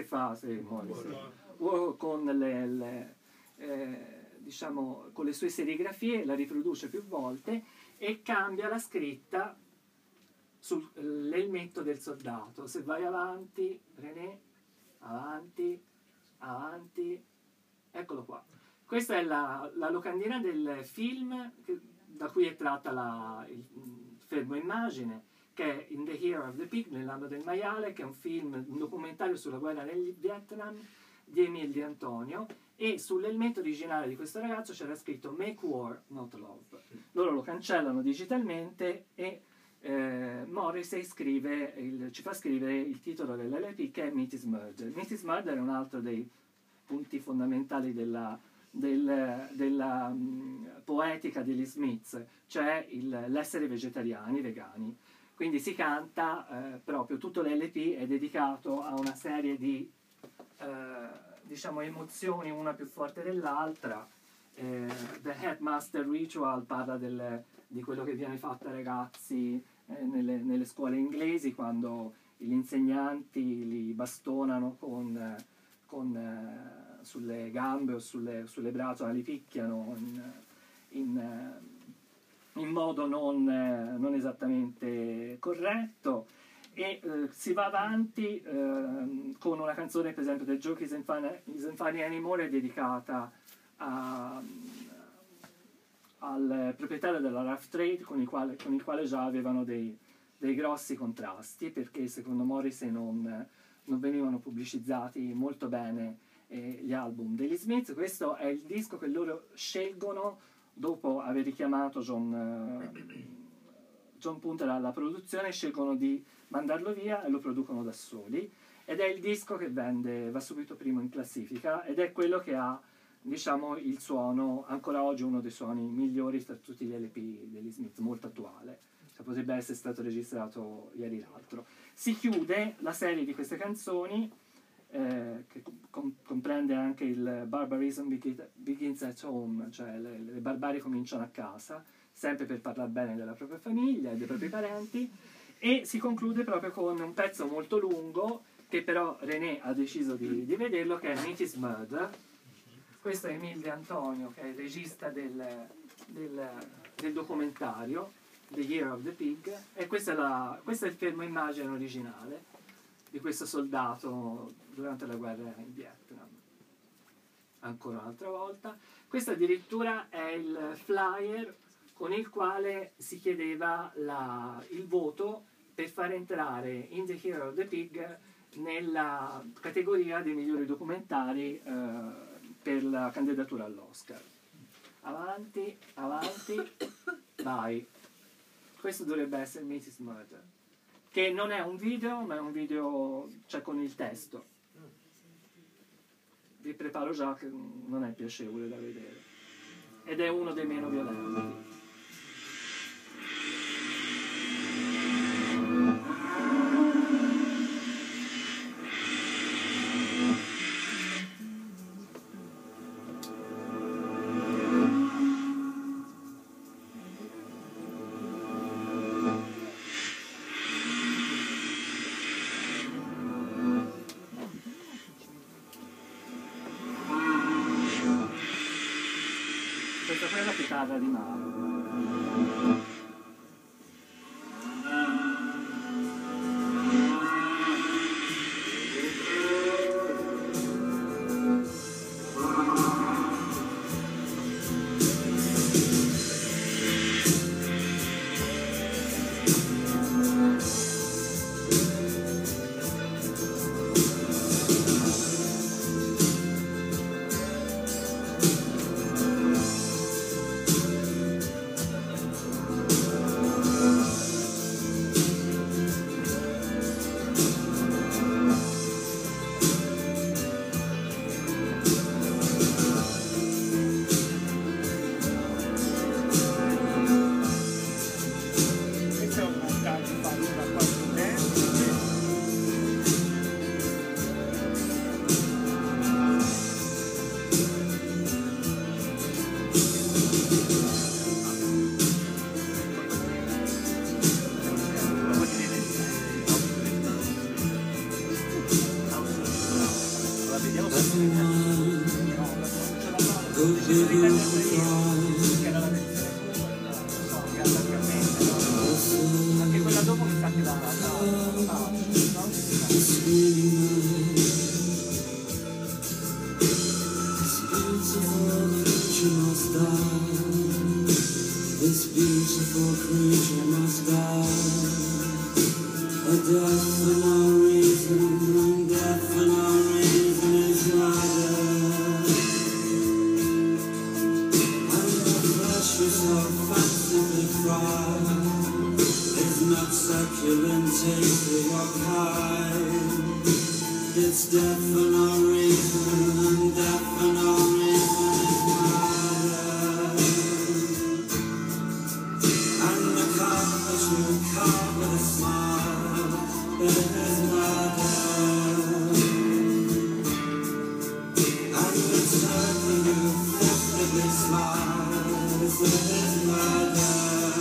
con diciamo, con le sue serigrafie, la riproduce più volte e cambia la scritta sull'elmetto del soldato. Se vai avanti, René, avanti, avanti, eccolo qua. Questa è la locandina del film da cui è tratta il fermo immagine, che è In the Year of the Pig, nell'anno del maiale, che è un documentario sulla guerra nel Vietnam di Emile Di Antonio, e sull'elmetto originale di questo ragazzo c'era scritto Make War, Not Love. Loro lo cancellano digitalmente e Morrissey ci fa scrivere il titolo dell'LP, che è Meat is Murder. Meat is Murder è un altro dei punti fondamentali della poetica degli Smiths, cioè l'essere vegetariani, vegani. Quindi si canta proprio tutto l'LP è dedicato a una serie di diciamo emozioni, una più forte dell'altra. The Headmaster Ritual parla di quello che viene fatto ai ragazzi nelle scuole inglesi, quando gli insegnanti li bastonano sulle gambe o sulle braccia, li picchiano in modo non esattamente corretto. E si va avanti con una canzone, per esempio, del Joke Isn't Funny Anymore, dedicata al proprietario della Rough Trade, con il quale già avevano dei grossi contrasti, perché secondo Morrissey non venivano pubblicizzati molto bene gli album degli Smiths. Questo è il disco che loro scelgono dopo aver richiamato John Punter alla produzione, scelgono di mandarlo via e lo producono da soli, ed è il disco che va subito primo in classifica, ed è quello che ha, diciamo, il suono, ancora oggi uno dei suoni migliori tra tutti gli LP degli Smith, molto attuale, cioè, potrebbe essere stato registrato ieri l'altro. Si chiude la serie di queste canzoni, che comprende anche il Barbarism Begins at Home, cioè le barbarie cominciano a casa, sempre per parlare bene della propria famiglia e dei propri parenti, e si conclude proprio con un pezzo molto lungo, che però René ha deciso di vederlo, che è Meat is Murder. Questo è Emile Di Antonio, che è il regista del documentario The Year of the Pig, e questo è il fermo immagine originale di questo soldato durante la guerra in Vietnam. Ancora un'altra volta. Questo addirittura è il flyer con il quale si chiedeva il voto per far entrare In the Year of the Pig nella categoria dei migliori documentari per la candidatura all'Oscar. Avanti, avanti, vai. Questo dovrebbe essere Meat is Murder, che non è un video, ma è un video, cioè, con il testo. Vi preparo già che non è piacevole da vedere, ed è uno dei meno violenti. chitarra di Mauro. Anche quella dopo mi sa che la This beautiful creature must die. A death for no reason, death for no reason is murder. And the flesh you so fancifully fried is not succulent, tasty or kind. It's death for no reason, and death for no reason is murder. And the carpet you carve with a smile, it is murder. And the turkey you flippantly slice, it is murder.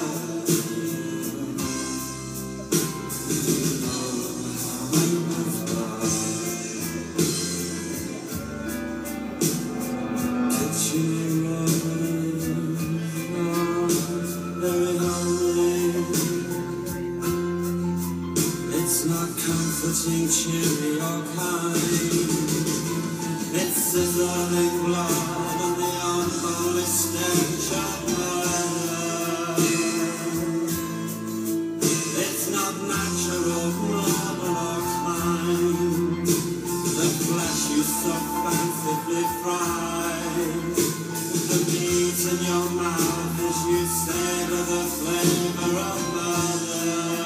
Cheery or kind, it's sizzling blood and the unholy stench of murder. It's not natural, normal or kind, the flesh you so fancifully fried, the meat in your mouth as you savor the flavor of murder.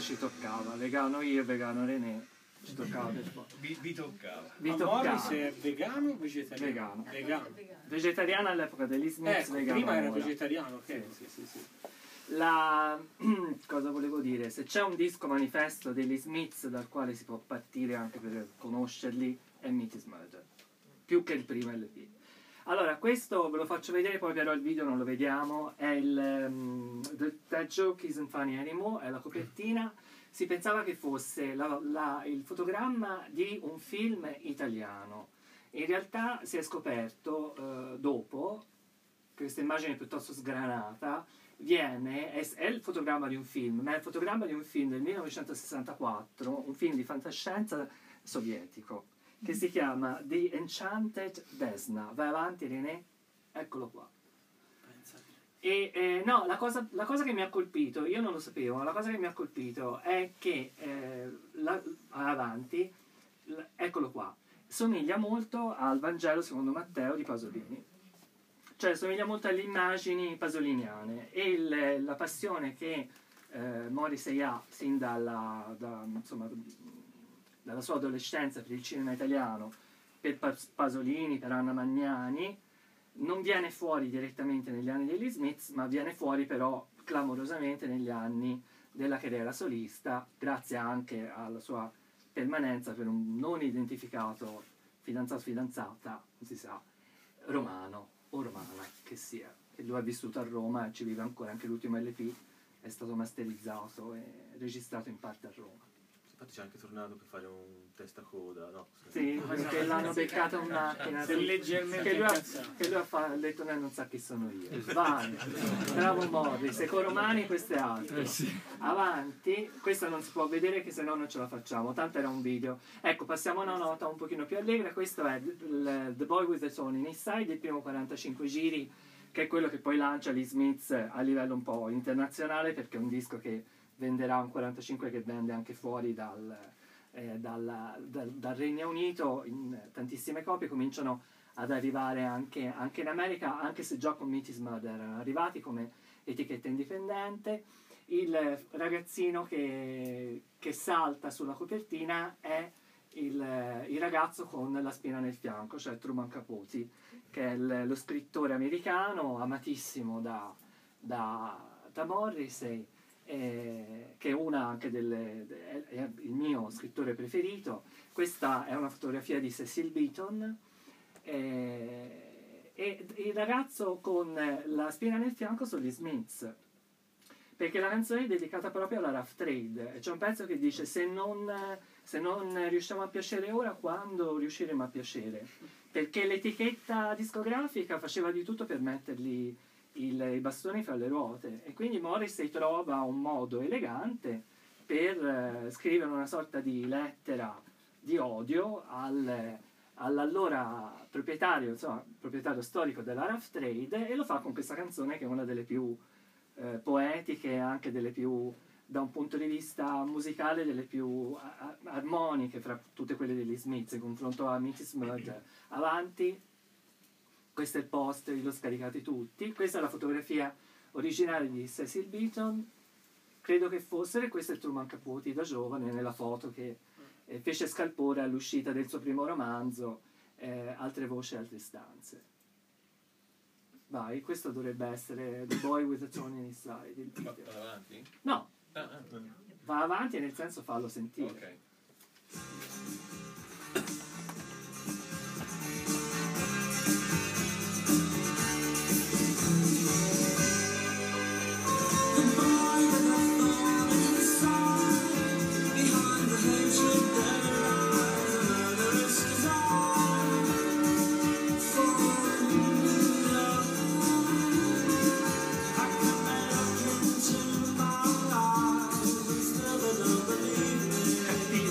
ci toccava, vegano io, vegano René, ci toccava per forza. Vi toccava. Vi Ma toccava. Morris è vegano o vegetariano? Vegano. Vegano. Vegetariano all'epoca degli Smiths, vegano prima era ora. vegetariano, ok. Sì. Cosa volevo dire? Se c'è un disco manifesto degli Smiths dal quale si può partire anche per conoscerli, è Meat is Murder, più che il primo LP. Allora, questo ve lo faccio vedere, poi però il video non lo vediamo, è il That Joke Isn't Funny Anymore, è la copertina. Si pensava che fosse il fotogramma di un film italiano. In realtà si è scoperto dopo, questa immagine piuttosto sgranata, è il fotogramma di un film, ma è il fotogramma di un film del 1964, un film di fantascienza sovietico, che si chiama The Enchanted Desna. Vai avanti René, eccolo qua. E no, la cosa che mi ha colpito, io non lo sapevo, ma la cosa che mi ha colpito è che avanti, eccolo qua, somiglia molto al Vangelo secondo Matteo di Pasolini, cioè somiglia molto alle immagini pasoliniane, e la passione che Morrissey ha sin dalla sua adolescenza per il cinema italiano, per Pasolini, per Anna Magnani, non viene fuori direttamente negli anni degli Smiths, ma viene fuori però clamorosamente negli anni della carriera solista, grazie anche alla sua permanenza per un non identificato fidanzato-fidanzata, non si sa, romano o romana che sia, che lui ha vissuto a Roma e ci vive ancora. Anche l'ultimo LP è stato masterizzato e registrato in parte a Roma. Infatti c'è anche tornato per fare un testacoda, no? Sì, perché l'hanno beccato in macchina. Sei leggermente che incazzato. lui ha detto non sa chi sono io. Vai, bravo Morris, Eco Romani, questo è altro. Avanti, questo non si può vedere che se no non ce la facciamo, tanto era un video. Ecco, passiamo a una nota un pochino più allegra. Questo è The Boy with the Stone in His Side, il primo 45 giri, che è quello che poi lancia gli Smiths a livello un po' internazionale, perché è un disco che venderà un 45 che vende anche fuori dal Regno Unito in tantissime copie, cominciano ad arrivare anche in America, anche se già con Meat is Murder erano arrivati come etichetta indipendente. Il ragazzino che salta sulla copertina è il ragazzo con la spina nel fianco, cioè Truman Capote, che è lo scrittore americano amatissimo da Morrissey, che è una anche è il mio scrittore preferito. Questa è una fotografia di Cecil Beaton, e il ragazzo con la spina nel fianco sono gli Smiths, perché la canzone è dedicata proprio alla Rough Trade. C'è un pezzo che dice: se non riusciamo a piacere ora, quando riusciremo a piacere? Perché l'etichetta discografica faceva di tutto per mettergli i bastoni fra le ruote, e quindi Morrissey trova un modo elegante per scrivere una sorta di lettera di odio all'allora proprietario storico della Rough Trade, e lo fa con questa canzone che è una delle più poetiche, anche delle più, da un punto di vista musicale, delle più armoniche fra tutte quelle degli Smiths in confronto a Meat is Murder. Avanti. Questo è il poster, li ho scaricati tutti. Questa è la fotografia originale di Cecil Beaton, credo che fosse, e questo è Truman Capote da giovane nella foto che fece scalpore all'uscita del suo primo romanzo, Altre voci, altre stanze. Vai, questo dovrebbe essere The Boy with the Stone in His Side, il video. Va avanti? No, va avanti, nel senso fallo sentire. Ok. Cattivo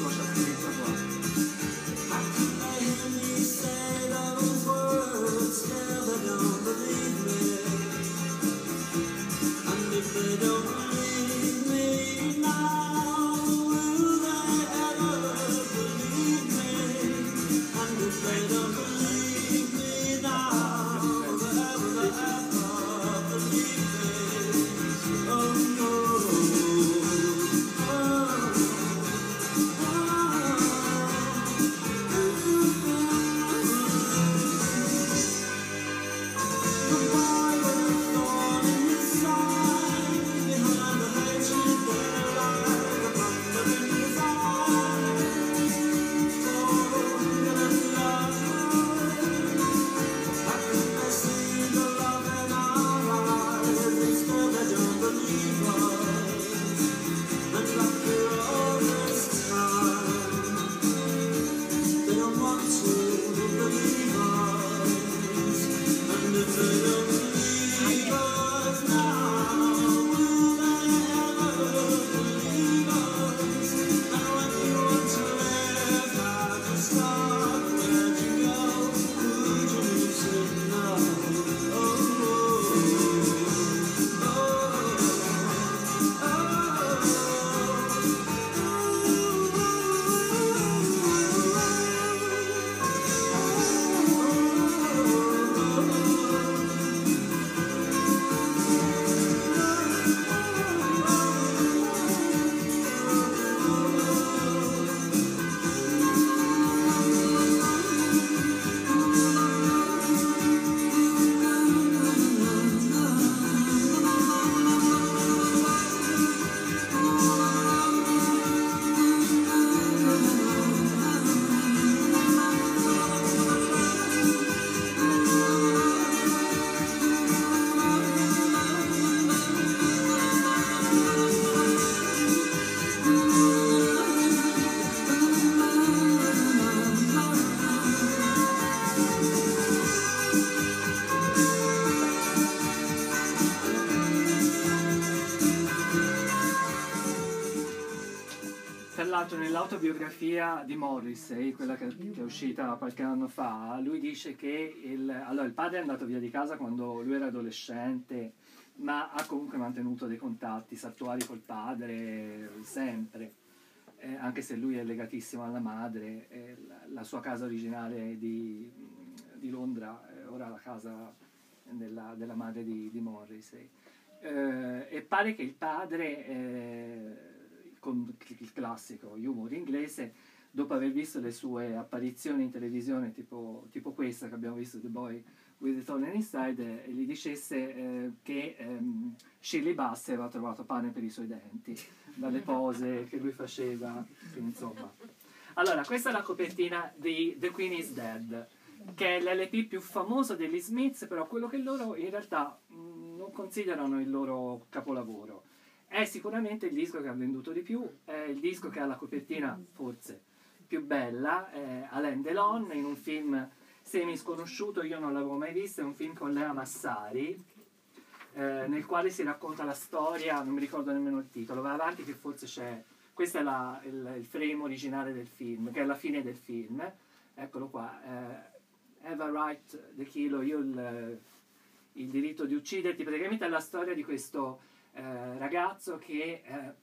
Tra l'altro nell'autobiografia di Morrissey, quella che è uscita qualche anno fa, lui dice che il padre è andato via di casa quando lui era adolescente, ma ha comunque mantenuto dei contatti saltuari col padre sempre, anche se lui è legatissimo alla madre. La sua casa originale di Londra è ora la casa della madre di Morrissey. E pare che il padre, con il classico humor inglese, dopo aver visto le sue apparizioni in televisione tipo questa che abbiamo visto, The Boy with the Thorn Inside, gli dicesse che Shirley Bassey aveva trovato pane per i suoi denti dalle pose che lui faceva, insomma. Allora, questa è la copertina di The Queen is Dead, che è l'LP più famoso degli Smiths, però quello che loro in realtà non considerano il loro capolavoro. È sicuramente il disco che ha venduto di più, è il disco che ha la copertina forse più bella, è Alain Delon, in un film semi-sconosciuto, io non l'avevo mai visto, è un film con Lea Massari, nel quale si racconta la storia, non mi ricordo nemmeno il titolo, va avanti che forse c'è, questo è il frame originale del film, che è la fine del film, eccolo qua, Have a Right the Kilo, io il diritto di ucciderti, praticamente è la storia di questo ragazzo che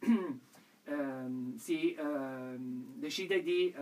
decide di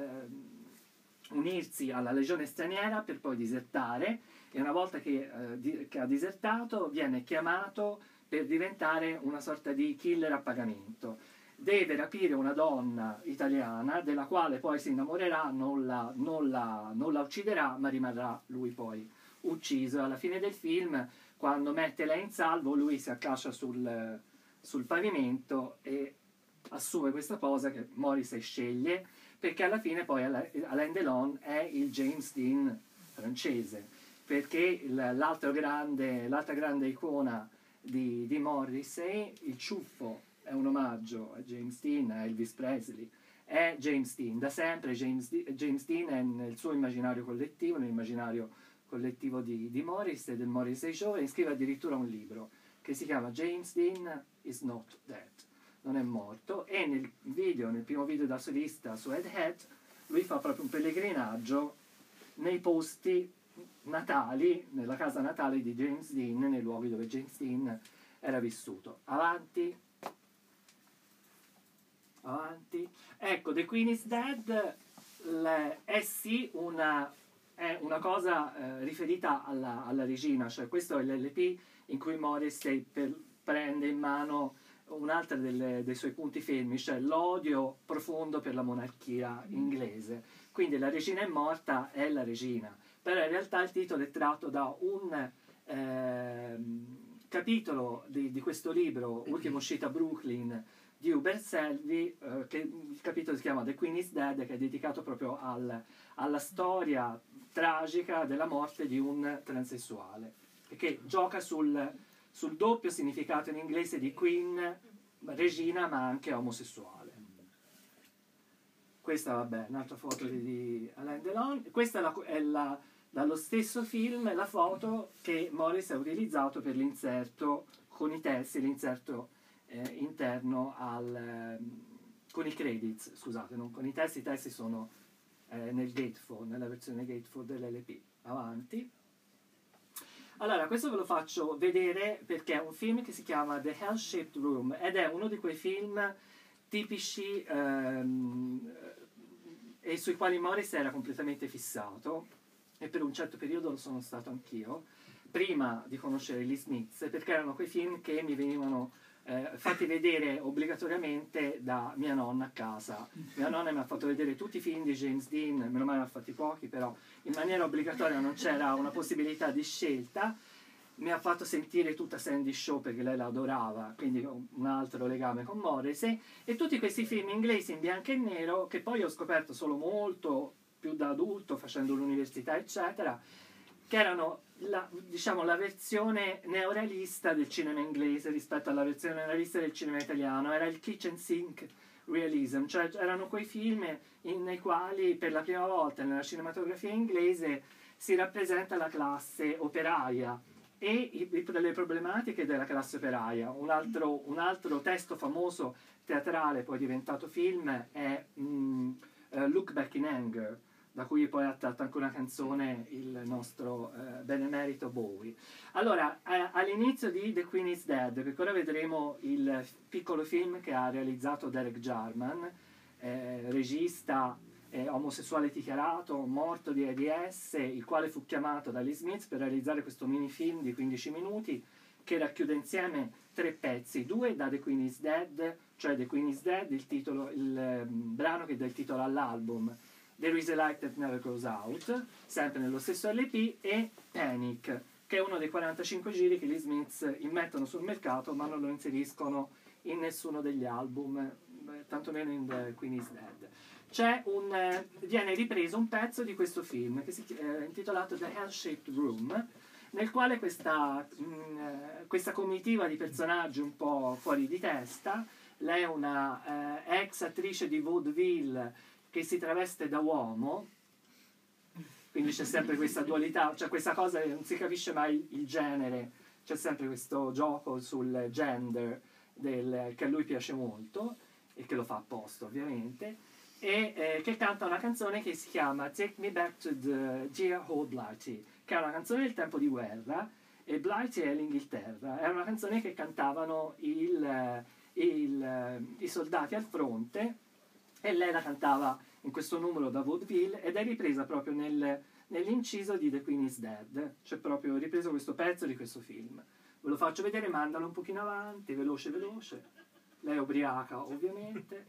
unirsi alla legione straniera per poi disertare, e una volta che ha disertato viene chiamato per diventare una sorta di killer a pagamento. Deve rapire una donna italiana della quale poi si innamorerà, non la ucciderà, ma rimarrà lui poi ucciso. Alla fine del film, quando mette lei in salvo, lui si accascia sul pavimento e assume questa posa che Morrissey sceglie, perché alla fine poi Alain Delon è il James Dean francese, perché l'altra grande icona di Morrissey, il ciuffo, è un omaggio a James Dean, a Elvis Presley. È James Dean, da sempre James Dean è nel suo immaginario collettivo, nell'immaginario collettivo di Morrissey, del Morrissey Show, e scrive addirittura un libro che si chiama James Dean is not dead, non è morto, e nel primo video da solista su Ed Head, lui fa proprio un pellegrinaggio nei posti natali, nella casa natale di James Dean, nei luoghi dove James Dean era vissuto. Avanti. Ecco, The Queen is Dead è sì una cosa riferita alla regina, cioè questo è l'LP in cui Morrissey prende in mano un'altra dei suoi punti fermi, cioè l'odio profondo per la monarchia inglese. Quindi la regina è morta, è la regina, però in realtà il titolo è tratto da un capitolo di questo libro, ultima uscita a Brooklyn, di Hubert Selby, che il capitolo si chiama The Queen is Dead, che è dedicato proprio alla storia tragica della morte di un transessuale, che gioca sul doppio significato in inglese di queen, regina, ma anche omosessuale. Questa, vabbè, un'altra foto di Alain Delon. Questa è dallo stesso film la foto che Morris ha utilizzato per l'inserto con i testi, l'inserto interno con i credits, scusate, non con i testi sono nel gatefold, nella versione gatefold dell'LP. Avanti. Allora, questo ve lo faccio vedere perché è un film che si chiama The Hell-Shaped Room ed è uno di quei film tipici e sui quali Morris era completamente fissato, e per un certo periodo lo sono stato anch'io, prima di conoscere gli Smiths, perché erano quei film che mi venivano fatti vedere obbligatoriamente da mia nonna a casa. Mia nonna mi ha fatto vedere tutti i film di James Dean, meno male ne ha fatti pochi, però in maniera obbligatoria, non c'era una possibilità di scelta. Mi ha fatto sentire tutta Sandy Shaw perché lei la adorava, quindi un altro legame con Morrissey, e tutti questi film inglesi in bianco e nero che poi ho scoperto solo molto più da adulto, facendo l'università eccetera, che erano la versione neorealista del cinema inglese rispetto alla versione neorealista del cinema italiano. Era il kitchen sink realism, cioè erano quei film nei quali per la prima volta nella cinematografia inglese si rappresenta la classe operaia e le problematiche della classe operaia. Un altro testo famoso teatrale, poi diventato film, è Look Back in Anger, da cui poi ha tratto anche una canzone il nostro benemerito Bowie. Allora, all'inizio di The Queen is Dead, perché ora vedremo il piccolo film che ha realizzato Derek Jarman, regista omosessuale dichiarato, morto di AIDS, il quale fu chiamato dagli Smiths per realizzare questo minifilm di 15 minuti che racchiude insieme 3 pezzi, 2 da The Queen is Dead, cioè The Queen is Dead, il brano che dà il titolo all'album, There is a Light That Never Goes Out, sempre nello stesso LP, e Panic, che è uno dei 45 giri che gli Smiths immettono sul mercato ma non lo inseriscono in nessuno degli album, tantomeno in The Queen is Dead. Viene ripreso un pezzo di questo film che è intitolato The Hell-Shaped Room, nel quale questa comitiva di personaggi un po' fuori di testa, lei è una ex attrice di vaudeville che si traveste da uomo, quindi c'è sempre questa dualità, cioè questa cosa, non si capisce mai il genere, c'è sempre questo gioco sul gender che a lui piace molto e che lo fa apposta ovviamente, e che canta una canzone che si chiama Take Me Back to the Dear Old Blighty, che è una canzone del tempo di guerra, e Blighty è l'Inghilterra, è una canzone che cantavano i soldati al fronte, e lei la cantava in questo numero da vaudeville ed è ripresa proprio nell'inciso di The Queen is Dead, c'è proprio ripreso questo pezzo di questo film. Ve lo faccio vedere, mandalo un pochino avanti, veloce veloce. Lei è ubriaca ovviamente.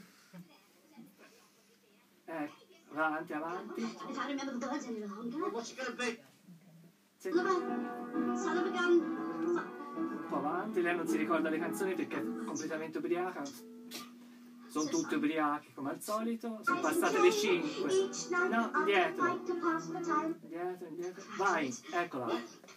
Avanti, avanti. If I remember the words any longer. What's it gonna be? Sì. Son of a gun. Un po' avanti, lei non si ricorda le canzoni perché è completamente ubriaca. Sono tutti ubriachi come al solito, sono passate le 5. No, indietro. Indietro. Vai, eccola.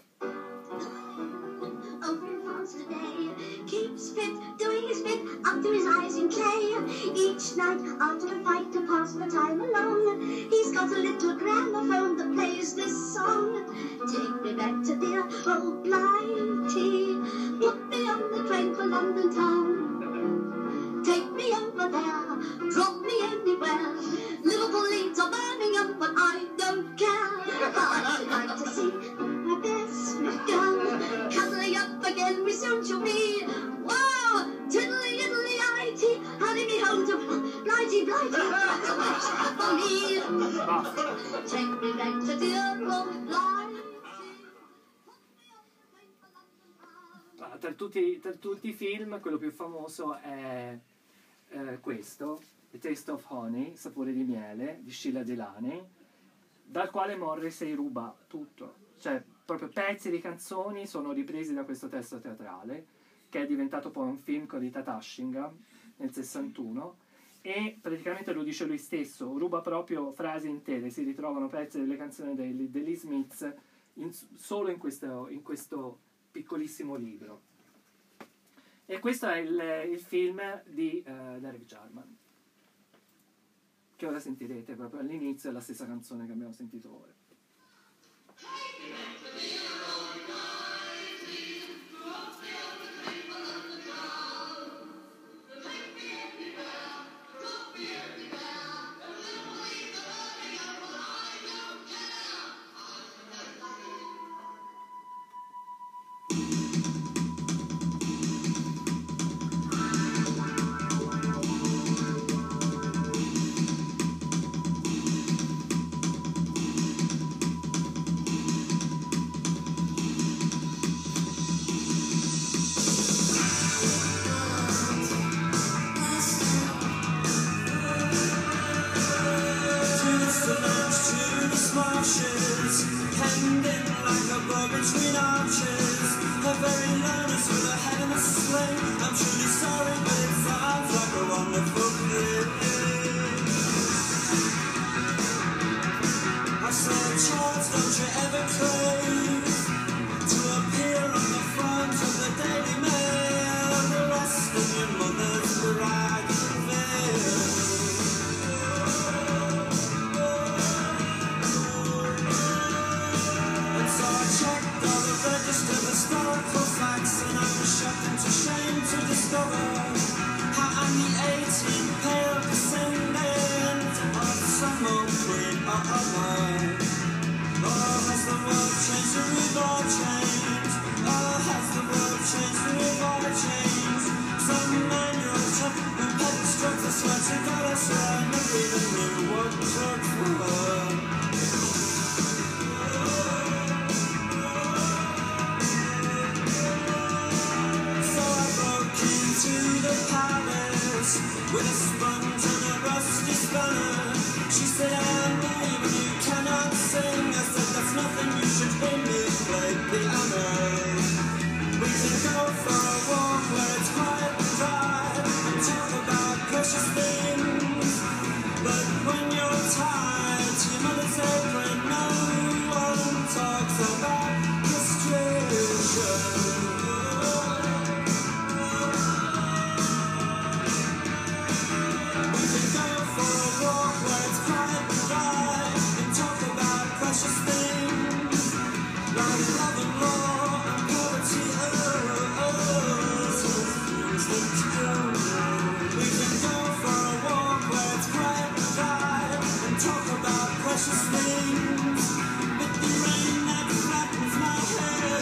Over in France today, keeps fit, doing his bit, up to his eyes in clay. Each night after a fight to pass the time along, he's got a little gramophone that plays this song. Take me back to dear old Blighty, put me on the train for London town. Take me over there, drop me anywhere. Liverpool, Leeds or Birmingham, but I don't care. I'd like to see my best girl cuddling up again. We soon shall be. Whoa, tiddly iddly IT, hurry me home to Blighty, Blighty. That's a wish for me. Take me back to dear old Blighty. Tra tutti i film, quello più famoso è questo, The Taste of Honey, Sapore di miele, di Sheila Delany, dal quale Morrissey ruba tutto, cioè proprio pezzi di canzoni sono ripresi da questo testo teatrale, che è diventato poi un film con Rita Tashingham nel 61, e praticamente lo dice lui stesso, ruba proprio frasi intere, si ritrovano pezzi delle canzoni degli Smiths solo in questo piccolissimo libro. E questo è il film di Derek Jarman, che ora sentirete proprio all'inizio, è la stessa canzone che abbiamo sentito ora. Register what drugs were. So I broke into the palace with a sponge and a rusty spanner. She said, I'm even you cannot sing. I said, that's nothing, you should hear me play piano. We can go for a walk where it's quiet and dry and talk about precious things. But when you're tied to your mother's apron, no one talks about frustration. We can go for a walk where it's quiet and dry and talk about precious things like love and law and poverty. We can go for a walk where it's quiet and dry and talk about precious things. With the rain that flattens my hair.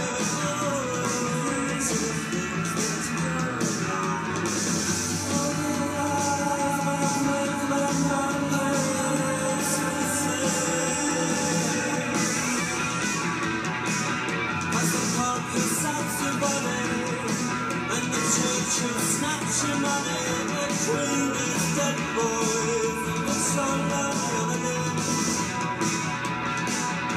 As the park decides your body and the church will snatch your money, the queen is dead, boys. It's so lonely on the lid.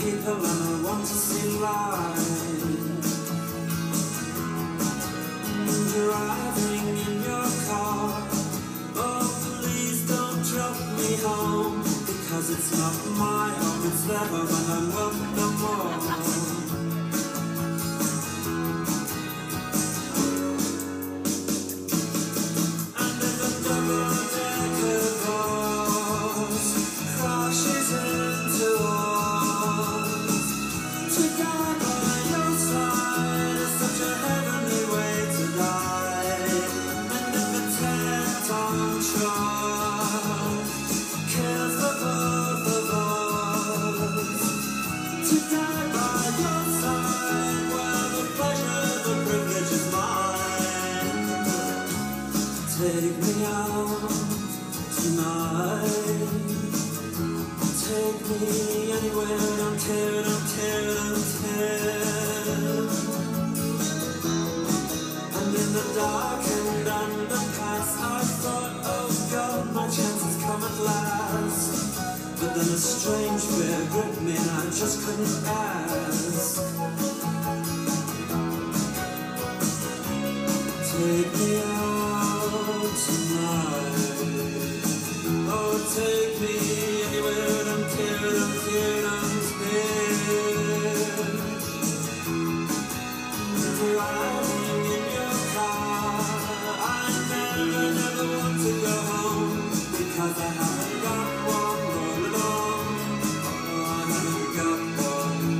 people and I want to see light. Driving in your car, oh please don't drop me home, because it's not my home, it's their home and I'm home no more. Take me out tonight. Take me anywhere, don't care, don't care, don't care. And in the dark and underpass, I thought, oh God, my chances come at last. But then a strange fear gripped me and I just couldn't ask. Take me out tonight. Oh, take me anywhere, don't care, don't care, don't care. Driving in your car, I never, never want to go home, because I haven't got one all alone. Oh, I haven't got one.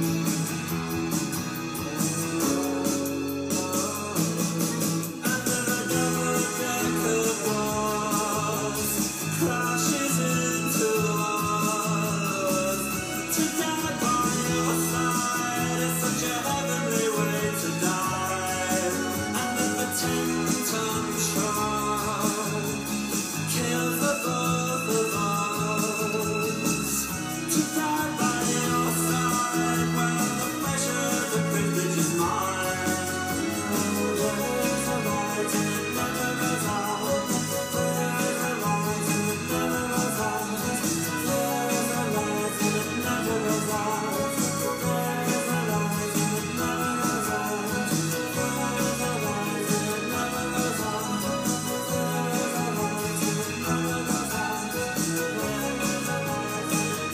And then a double-decker bus crashes into us. To die by your side is such a heavenly way to die. And then the 10-ton truck kills the both of us. To die by your side, well, the pleasure, the privilege is mine. There's a light and it never goes out. There's a light and it never goes out. There's a light and it never goes out. There's a light and it never goes out. There's a light and it never goes out. There's a light and it never goes out. There's a light and it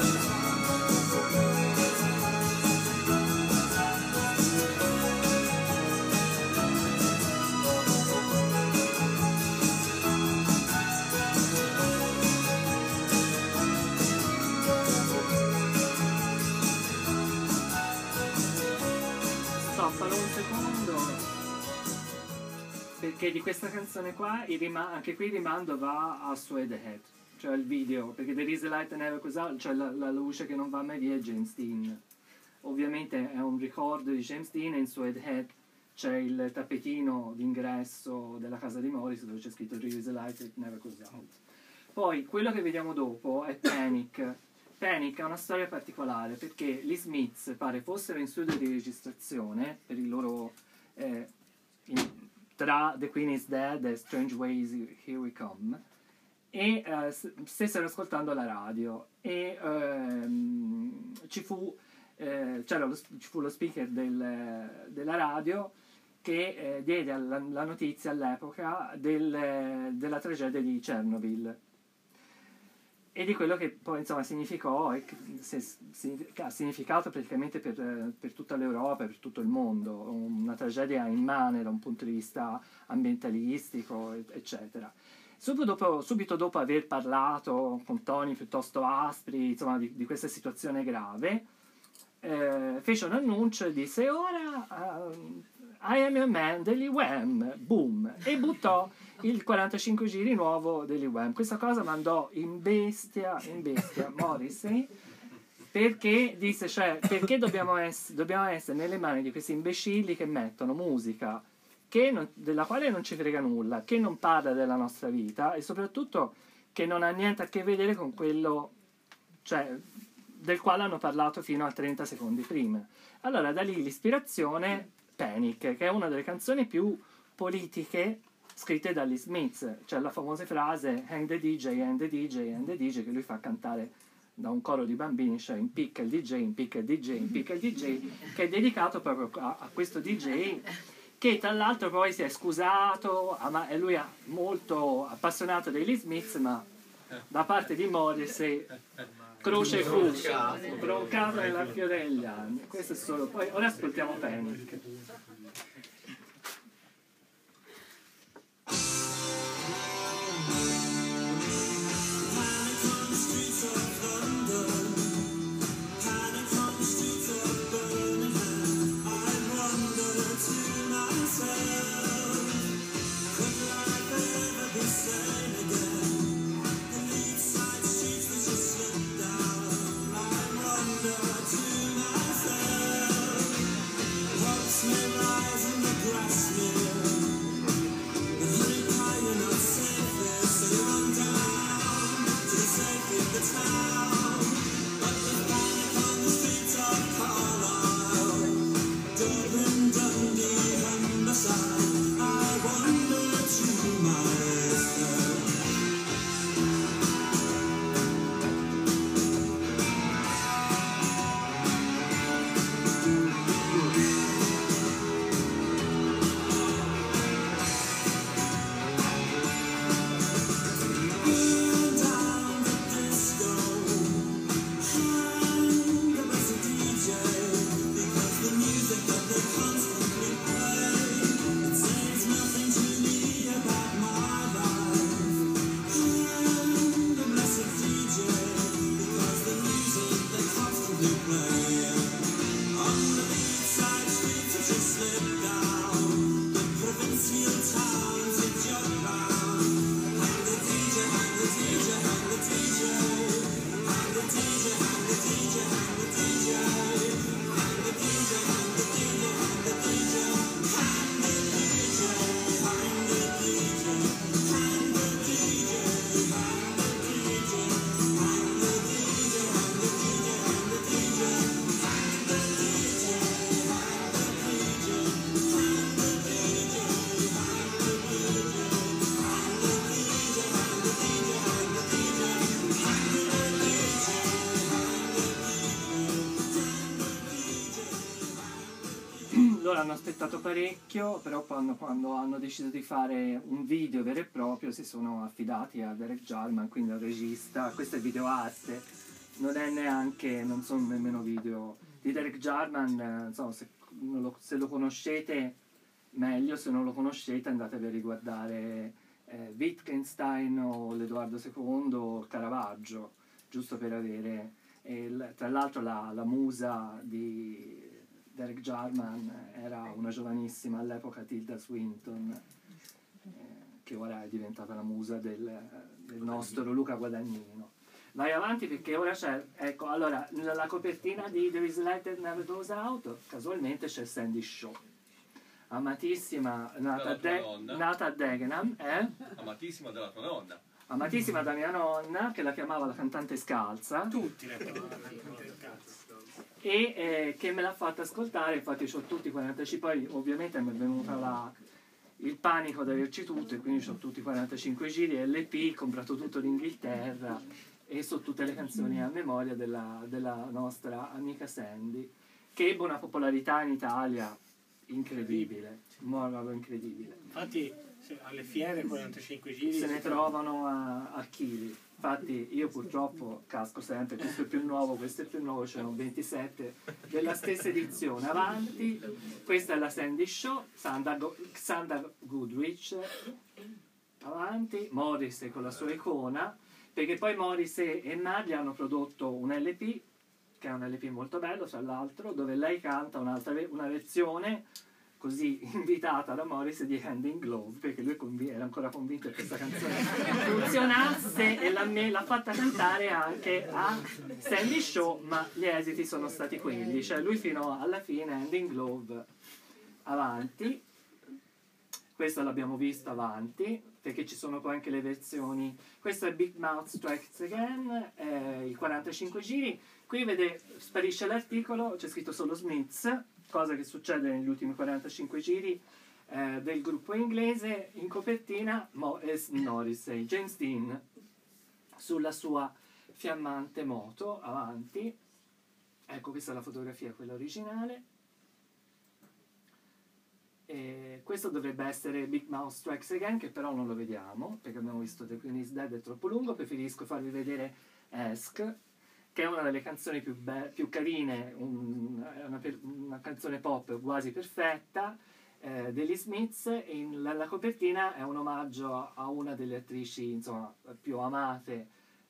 Stoppalo un secondo, perché di questa canzone qua anche qui il rimando va a Suede Head, cioè il video, perché There is a light that never goes out, cioè la luce che non va mai via, è James Dean. Ovviamente è un ricordo di James Dean, e in Suede Head c'è il tappetino d'ingresso della casa di Morris dove c'è scritto There is a light that never goes out. Poi quello che vediamo dopo è Panic. Panic è una storia particolare perché gli Smiths pare fossero in studio di registrazione per il loro tra The Queen is Dead e Strange Ways Here We Come, e stessero ascoltando la radio, e ci fu lo speaker della radio che diede la notizia all'epoca della tragedia di Chernobyl e di quello che poi insomma significò e ha significato praticamente per tutta l'Europa e per tutto il mondo, una tragedia immane da un punto di vista ambientalistico, eccetera. Subito dopo aver parlato con toni piuttosto aspri, insomma, di questa situazione grave, fece un annuncio e disse: ora I am your man degli Wham, boom, e buttò il 45 giri nuovo degli Wham. Questa cosa mandò in bestia Morrissey, perché disse, cioè, perché dobbiamo essere nelle mani di questi imbecilli che mettono musica della quale non ci frega nulla, che non parla della nostra vita e soprattutto che non ha niente a che vedere con quello, cioè, del quale hanno parlato fino a 30 secondi prima. Allora da lì l'ispirazione Panic, che è una delle canzoni più politiche scritte dagli Smiths. C'è la famosa frase hang the DJ, hang the DJ, hang the DJ, che lui fa cantare da un coro di bambini, cioè in Pickle DJ, in Pickle DJ, in Pickle DJ, che è dedicato proprio a questo DJ, che tra l'altro poi si è scusato, e lui è molto appassionato degli Smiths, ma da parte di Morrissey croce fu broncato nella fiore degli anni. Questo è solo. Poi ora ascoltiamo Panic. Hanno aspettato parecchio, però quando hanno deciso di fare un video vero e proprio si sono affidati a Derek Jarman, quindi al regista. Questo è video arte, non sono nemmeno video di Derek Jarman. Insomma, se lo conoscete meglio, se non lo conoscete andatevi a riguardare Wittgenstein o l'Edoardo II o Caravaggio, giusto per avere tra l'altro la musa di Derek Jarman era una giovanissima all'epoca Tilda Swinton, che ora è diventata la musa del nostro Luca Guadagnino. Vai avanti perché ora c'è, ecco, allora, nella copertina di There Is Light That Never Goes Out, casualmente c'è Sandy Shaw, amatissima, nata a Dagenham, amatissima della tua nonna. Amatissima da mia nonna, che la chiamava la cantante scalza. Tutti la chiamavano la cantante scalza. E che me l'ha fatta ascoltare, infatti ho tutti i 45, poi ovviamente mi è venuta il panico di averci tutto, e quindi ho tutti i 45 giri LP, comprato tutto l'Inghilterra e so tutte le canzoni a memoria della nostra amica Sandy, che ebbe una popolarità in Italia incredibile, incredibile. Infatti alle fiere 45 giri se ne trovano a chili. Infatti io purtroppo casco sempre, questo è più nuovo, c'erano 27 della stessa edizione. Avanti, questa è la Sandy Shaw, Xander Goodrich, avanti, Morrissey con la sua icona, perché poi Morrissey e Nadia hanno prodotto un LP, che è un LP molto bello tra l'altro, dove lei canta una versione così invitata da Morris di Hand in Glove, perché lui era ancora convinto che questa canzone funzionasse, e l'ha fatta cantare anche a Sandy Shaw, ma gli esiti sono stati quelli, cioè lui fino alla fine Hand in Glove. Avanti, questa l'abbiamo vista avanti, perché ci sono poi anche le versioni. Questo è Big Mouth Strikes Again, i 45 giri. Qui sparisce l'articolo, c'è scritto solo Smiths, cosa che succede negli ultimi 45 giri del gruppo inglese. In copertina Morrissey, James Dean sulla sua fiammante moto avanti. Ecco, questa è la fotografia, quella originale. E questo dovrebbe essere Big Mouth Strikes Again, che però non lo vediamo perché abbiamo visto The Queen is Dead, è troppo lungo. Preferisco farvi vedere Ask, che è una delle canzoni più carine, una canzone pop quasi perfetta degli Smiths. E la copertina è un omaggio a una delle attrici, insomma, più amate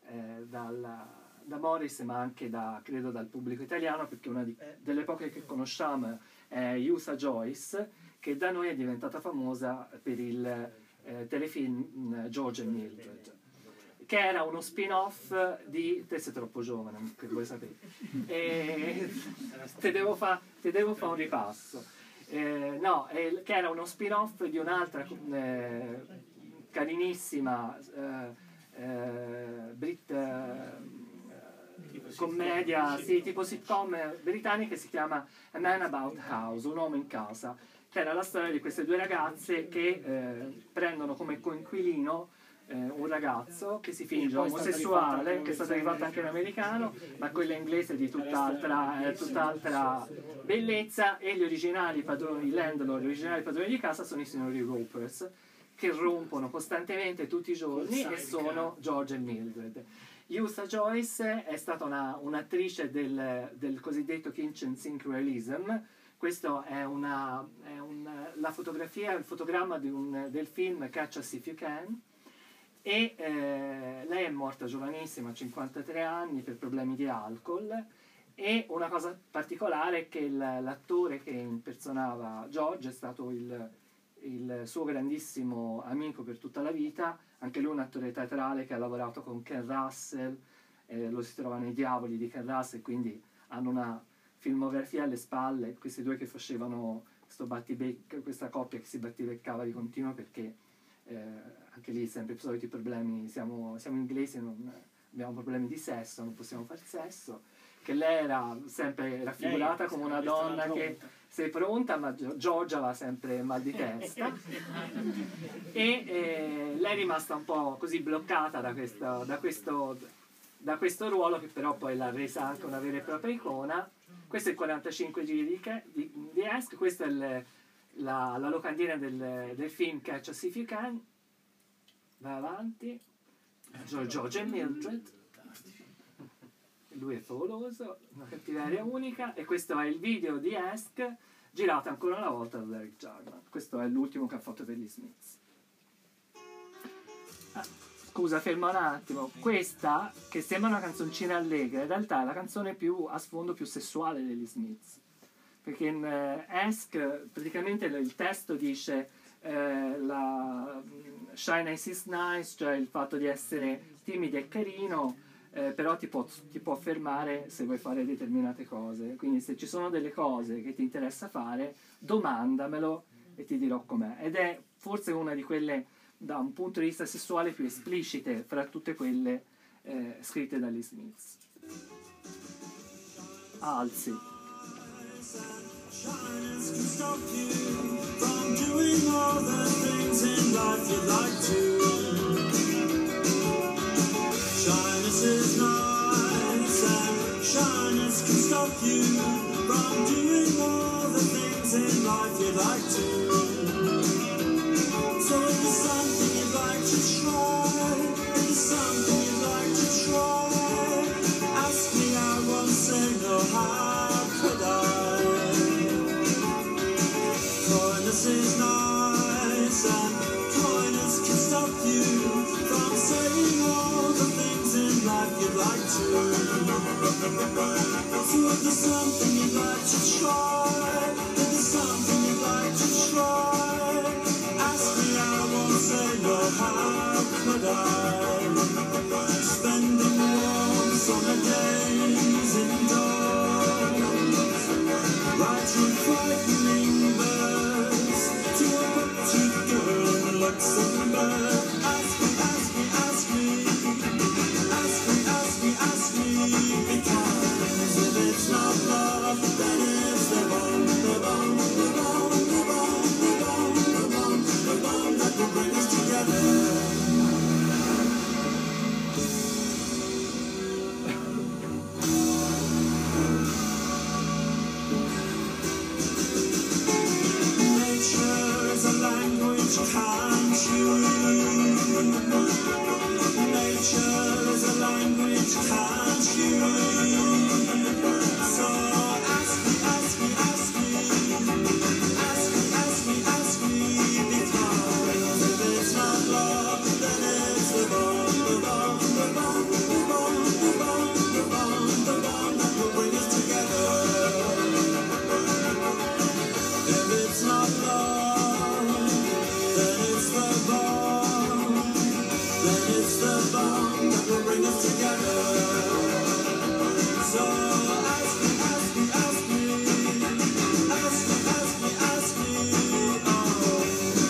da Morris, ma anche credo dal pubblico italiano, perché una delle poche che conosciamo è Usa Joyce, che da noi è diventata famosa per il telefilm George and Mildred, che era uno spin-off di... Te sei troppo giovane, che vuoi sapere. Te devo fare un ripasso. Che era uno spin-off di un'altra carinissima commedia, sì, tipo sitcom britannica, che si chiama A Man About House, un uomo in casa, che era la storia di queste due ragazze che prendono come coinquilino un ragazzo che si finge omosessuale, che è stato rifatto anche in americano, ma quello inglese è di tutt'altra bellezza. E gli originali padroni, gli originali padroni di casa sono i signori Ropers, che rompono costantemente tutti i giorni, e sono George e Mildred. Usa Joyce è stata un'attrice del cosiddetto kitchen sink realism. Questo è la fotografia, il fotogramma del film Catch Us If You Can. E lei è morta giovanissima, a 53 anni, per problemi di alcol. E una cosa particolare è che l'attore che impersonava George è stato il suo grandissimo amico per tutta la vita, anche lui un attore teatrale che ha lavorato con Ken Russell, lo si trova nei Diavoli di Ken Russell, quindi hanno una filmografia alle spalle, questi due che facevano questa coppia che si battibeccava di continuo, perché anche lì sempre i soliti problemi, siamo inglesi, non abbiamo problemi di sesso, non possiamo far sesso, che lei era sempre raffigurata come una donna che sei pronta, ma Giorgia aveva sempre mal di testa. E lei è rimasta un po' così bloccata da questo ruolo, che però poi l'ha resa anche una vera e propria icona. Questo è il 45 giri di Ask, questa è la locandina del film Catch Us If You Can. Vai avanti. George e Mildred. Lui è favoloso, una cattiveria unica. E questo è il video di Ask, girato ancora una volta da Derek Jarman. Questo è l'ultimo che ha fatto per gli Smiths. Scusa, ferma un attimo. Questa, che sembra una canzoncina allegra, in realtà è la canzone a sfondo più sessuale degli Smiths, perché in Ask praticamente il testo dice shyness is nice, cioè il fatto di essere timido e carino, però ti può fermare se vuoi fare determinate cose. Quindi se ci sono delle cose che ti interessa fare, domandamelo e ti dirò com'è. Ed è forse una di quelle, da un punto di vista sessuale, più esplicite fra tutte quelle scritte dagli Smiths. Alzi. Shyness can stop you from doing all the things in life you'd like to. Shyness is nice, and shyness can stop you from doing all the things in life you'd like to. So if there's something you'd like to try, if there's something you'd like to try, ask me, I won't say no, how could I? Coyness is nice, and coyness can stop you from saying all the things in life you'd like to. So if there's something you'd like to try, if there's something you'd like to try, ask me, I won't say no, how could I? Spending warm summer days indoors, writing frightening verse to a petite girl in Luxembourg. Ask me, ask me, ask me, ask me, ask me, ask me, because if it's not love, then it's the bomb, the bomb, the bomb, the bomb, the bomb, the bomb, the bomb that will bring us together. the bond that will bring us together. So ask me, ask me, ask me, ask me, ask me, ask me, oh.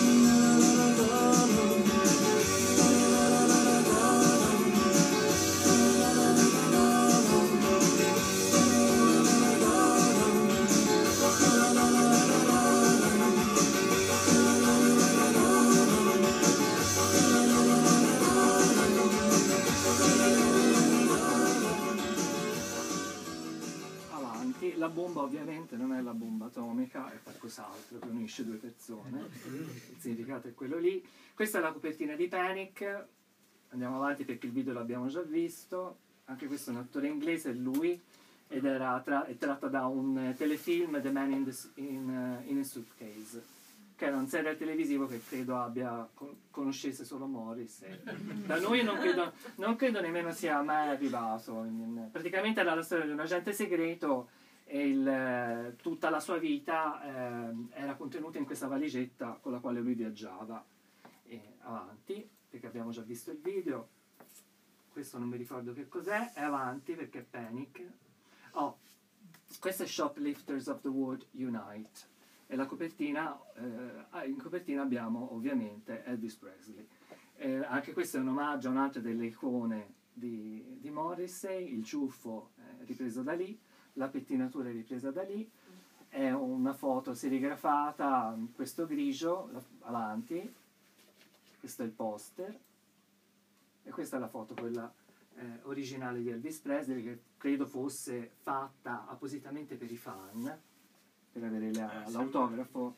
Avanti, la bomba ovviamente non è la bomba atomica, è qualcos'altro che unisce due persone, il significato è quello lì. Questa è la copertina di Panic, andiamo avanti perché il video l'abbiamo già visto, anche questo è un attore inglese, è lui, ed è tratta da un telefilm, The Man in a Suitcase, che era un serial televisivo che credo abbia conoscesse solo Morris. Da noi non credo nemmeno sia mai arrivato. Praticamente era la storia di un agente segreto e tutta la sua vita era contenuta in questa valigetta con la quale lui viaggiava. E avanti, perché abbiamo già visto il video. Questo non mi ricordo che cos'è, è avanti perché è Panic. Oh, questo è Shoplifters of the World Unite. E la copertina, in copertina abbiamo ovviamente Elvis Presley. Anche questo è un omaggio a un'altra delle icone di Morrissey, il ciuffo è ripreso da lì, la pettinatura è ripresa da lì, è una foto serigrafata, questo grigio, avanti, questo è il poster, e questa è la foto, quella originale di Elvis Presley, che credo fosse fatta appositamente per i fan, per avere l'autografo.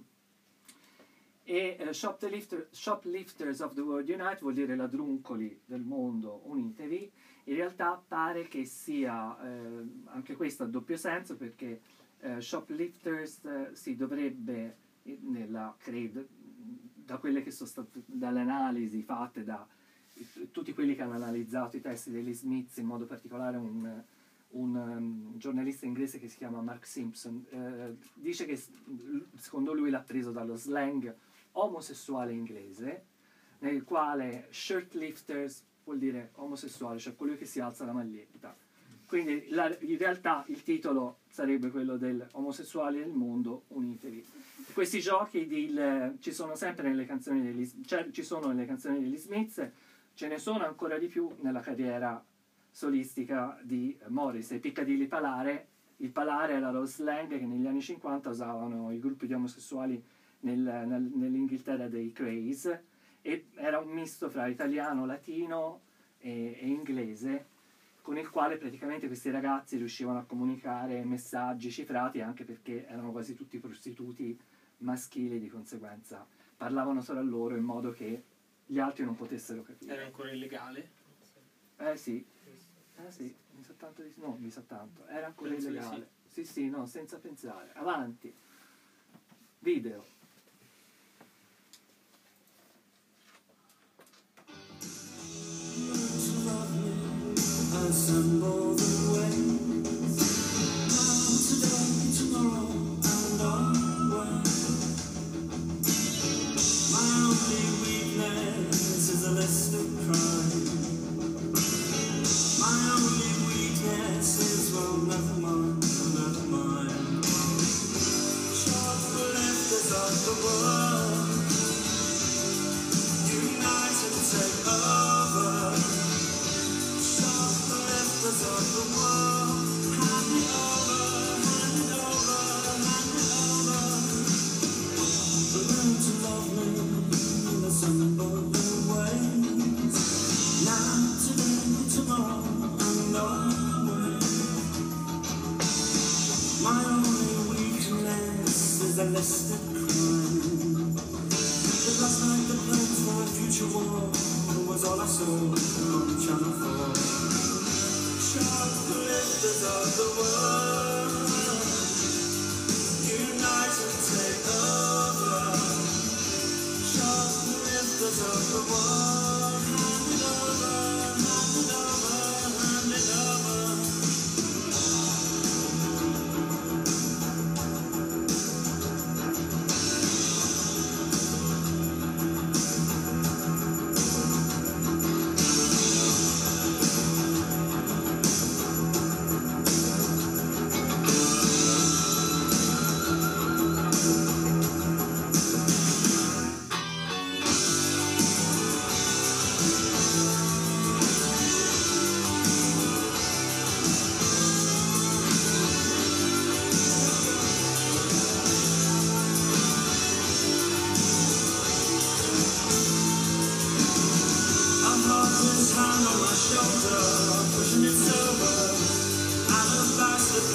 E Shoplifters of the World Unite vuol dire ladruncoli del mondo, unitevi. In realtà pare che sia anche questo a doppio senso, perché Shoplifters si dovrebbe, credo, da quelle che sono state, dalle analisi fatte da tutti quelli che hanno analizzato i testi degli Smiths, in modo particolare un giornalista inglese che si chiama Mark Simpson, dice che secondo lui l'ha preso dallo slang omosessuale inglese, nel quale shirtlifters vuol dire omosessuale, cioè colui che si alza la maglietta. Quindi in realtà il titolo sarebbe quello del omosessuali del mondo, unitevi. Questi giochi ci sono sempre nelle canzoni degli Smiths, ce ne sono ancora di più nella carriera solistica di Morrissey. Piccadilly Palare, il palare era lo slang che negli anni 50 usavano i gruppi di omosessuali nell'Inghilterra dei Craze, e era un misto fra italiano, latino e inglese, con il quale praticamente questi ragazzi riuscivano a comunicare messaggi cifrati, anche perché erano quasi tutti prostituti maschili, di conseguenza parlavano tra loro in modo che gli altri non potessero capire. Era ancora illegale? Sì, mi sa tanto, era ancora Penso illegale. Sì, no, senza pensare. Avanti. Video. Assemble the waves, now, today, tomorrow, and always. My only weakness is a list of crime. My only weakness is, well, never mind, never mind. Shoplifters of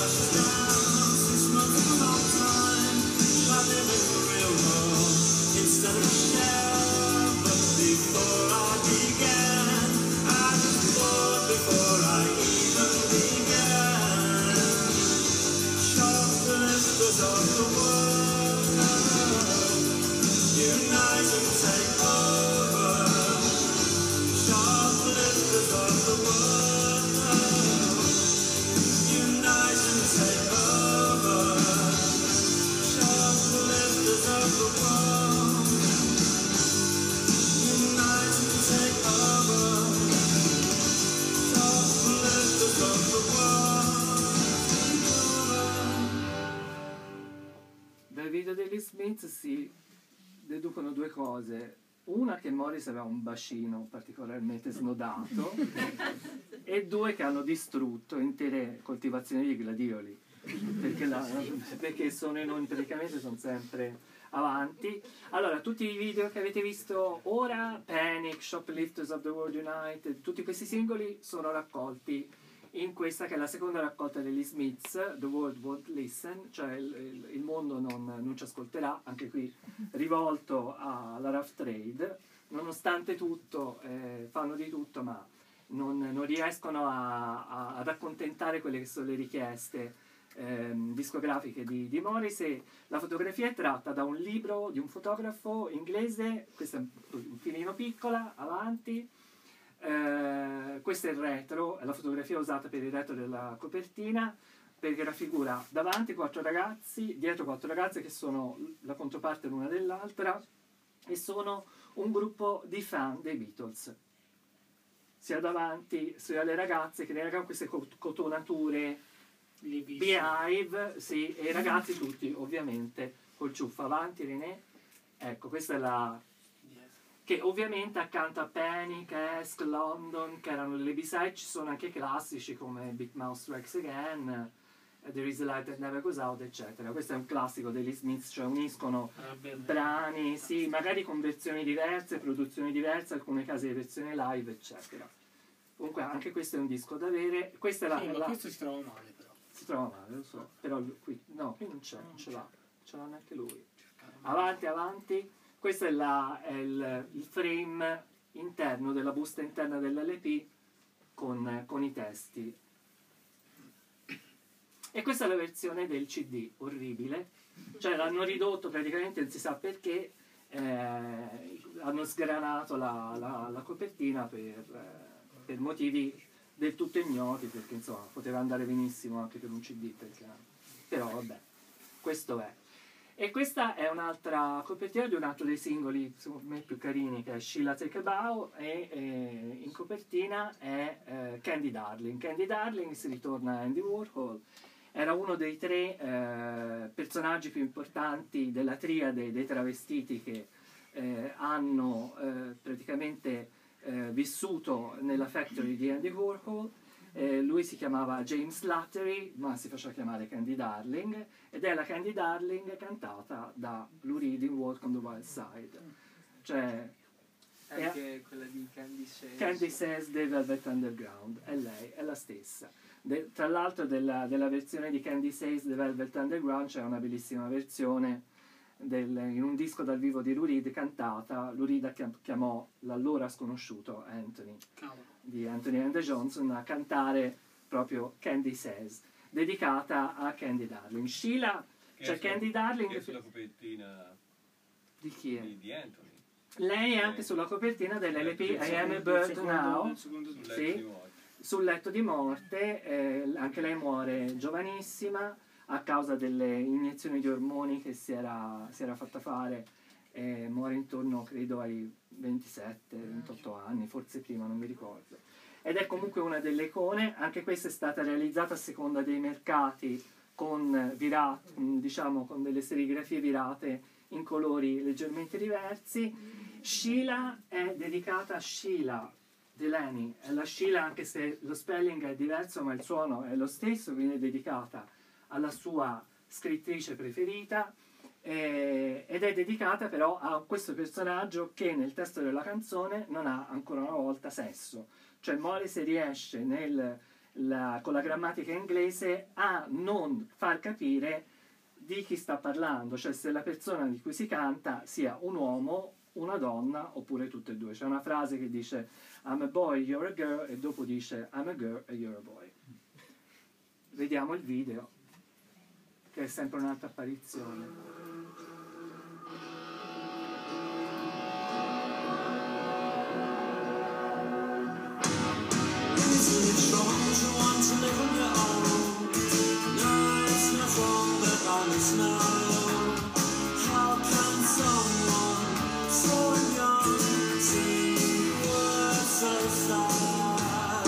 Dal video degli Smiths si deducono due cose. Una, che Morris aveva un bacino particolarmente snodato e due, che hanno distrutto intere coltivazioni di gladioli perché praticamente sono sempre avanti. Allora, tutti i video che avete visto ora, Panic, Shoplifters of the World United, tutti questi singoli sono raccolti in questa che è la seconda raccolta degli Smiths, The World Won't Listen, cioè il mondo non ci ascolterà, anche qui rivolto alla rough trade. Nonostante tutto, fanno di tutto, ma non riescono ad accontentare quelle che sono le richieste discografiche di Morrissey. La fotografia è tratta da un libro di un fotografo inglese, questa è un filino piccola, avanti. Questo è il retro, è la fotografia usata per il retro della copertina, perché raffigura davanti 4 ragazzi, dietro 4 ragazze che sono la controparte l'una dell'altra e sono un gruppo di fan dei Beatles, sia davanti sia le ragazze che hanno queste cotonature Beehive, sì, e i ragazzi tutti ovviamente col ciuffo. Avanti René, ecco, questa è la che ovviamente accanto a Panic, Ask, London, che erano le B-side, ci sono anche classici come Big Mouth Strikes Again, There Is a Light That Never Goes Out, eccetera. Questo è un classico degli Smiths, cioè uniscono brani, sì, magari con versioni diverse, produzioni diverse, alcune case di versione live, eccetera. Comunque anche questo è un disco da avere. Questa è ma questo si trova male però. Si trova male, lo so, però qui non c'è, non ce l'ha neanche lui. Avanti, avanti. Questo è il frame interno della busta interna dell'LP con i testi. E questa è la versione del CD, orribile. Cioè l'hanno ridotto praticamente, non si sa perché, hanno sgranato la copertina per motivi del tutto ignoti, perché insomma poteva andare benissimo anche per un CD, però vabbè, questo è. E questa è un'altra copertina di un altro dei singoli, secondo me, più carini, che è Sheila Take a Bow, e in copertina è Candy Darling. Candy Darling, si ritorna a Andy Warhol, era uno dei 3 personaggi più importanti della triade dei travestiti che hanno praticamente vissuto nella factory di Andy Warhol. Lui si chiamava James Slattery, ma si faceva chiamare Candy Darling, ed è la Candy Darling cantata da Lou Reed in Walk on the Wild Side. Cioè, anche quella di Candy Says. Candy Says dei Velvet Underground, è lei, è la stessa. Tra l'altro della versione di Candy Says dei Velvet Underground c'è una bellissima versione in un disco dal vivo di Lou Reed cantata. Lou Reed chiamò l'allora sconosciuto Anthony di Anthony and the Johnson a cantare proprio Candy Says, dedicata a Candy Darling. Sheila, cioè Candy Darling, che è sulla copertina di chi è? Di Anthony. Lei è anche sulla copertina dell'LP I Am a Bird Now, sì, sul letto di morte. Anche lei muore giovanissima a causa delle iniezioni di ormoni che si era fatta fare. Muore intorno, credo, ai 27-28 anni, forse prima, non mi ricordo. Ed è comunque una delle icone. Anche questa è stata realizzata a seconda dei mercati, con diciamo con delle serigrafie virate in colori leggermente diversi. Sheila è dedicata a Sheila Delaney, è la Sheila, anche se lo spelling è diverso ma il suono è lo stesso, quindi è dedicata alla sua scrittrice preferita. Ed è dedicata però a questo personaggio che nel testo della canzone non ha ancora una volta sesso. Cioè Morrissey riesce con la grammatica inglese a non far capire di chi sta parlando, cioè se la persona di cui si canta sia un uomo, una donna oppure tutte e due. C'è una frase che dice I'm a boy, you're a girl e dopo dice I'm a girl and you're a boy. Vediamo il video, che è sempre un'altra apparizione. It's wrong to want to live on your own. No, it's not wrong, but I must know. How can someone so young see words so sad?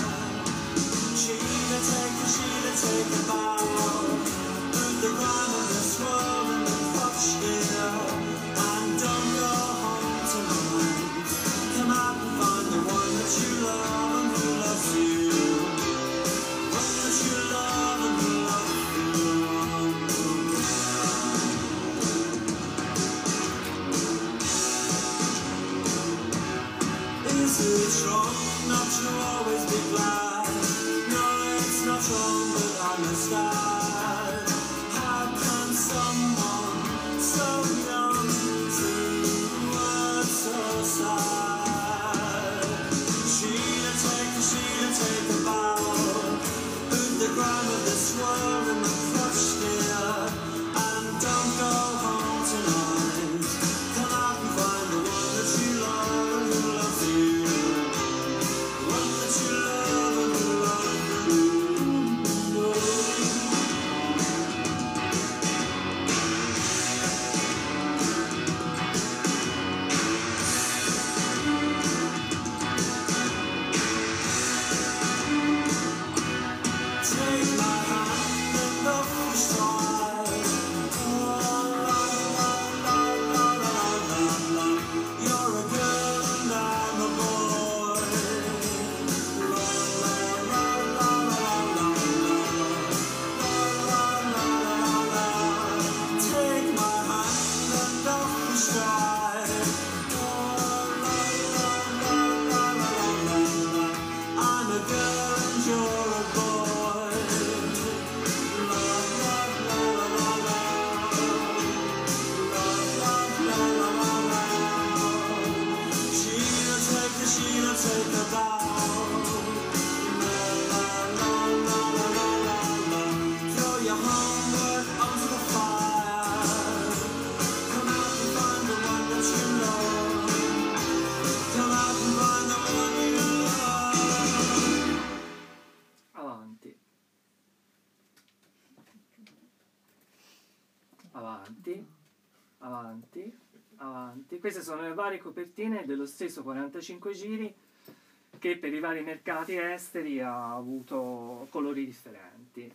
She'd take a bow, put the rhyme of the swirl in the clutch here, and don't go home tonight. Come out and find the one that you love and who loves you. It's wrong not to always be glad. No, it's not wrong, but I must add. How can someone so young see words so sad? She'd take a bow, put the grime of the swirl in the clutch dear, and don't go home tonight. Come out and find the one that you love and who loves you. Avanti. Queste sono le varie copertine dello stesso 45 giri che per i vari mercati esteri ha avuto colori differenti,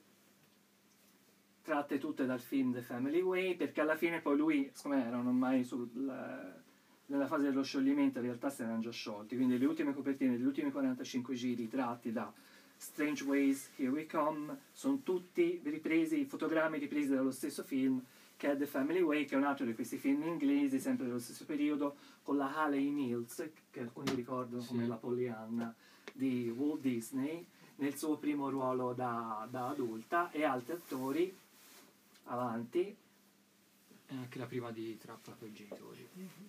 tratte tutte dal film The Family Way, perché alla fine poi lui, siccome erano ormai nella fase dello scioglimento, in realtà si erano già sciolti, quindi le ultime copertine degli ultimi 45 giri tratti da Strange Ways, Here We Come sono tutti fotogrammi ripresi dallo stesso film che è The Family Way, che è un altro di questi film inglesi sempre dello stesso periodo, con la Hayley Mills, che alcuni ricordano come la Pollyanna di Walt Disney, nel suo primo ruolo da adulta, e altri attori. Avanti. E anche la prima di Trappola con i genitori.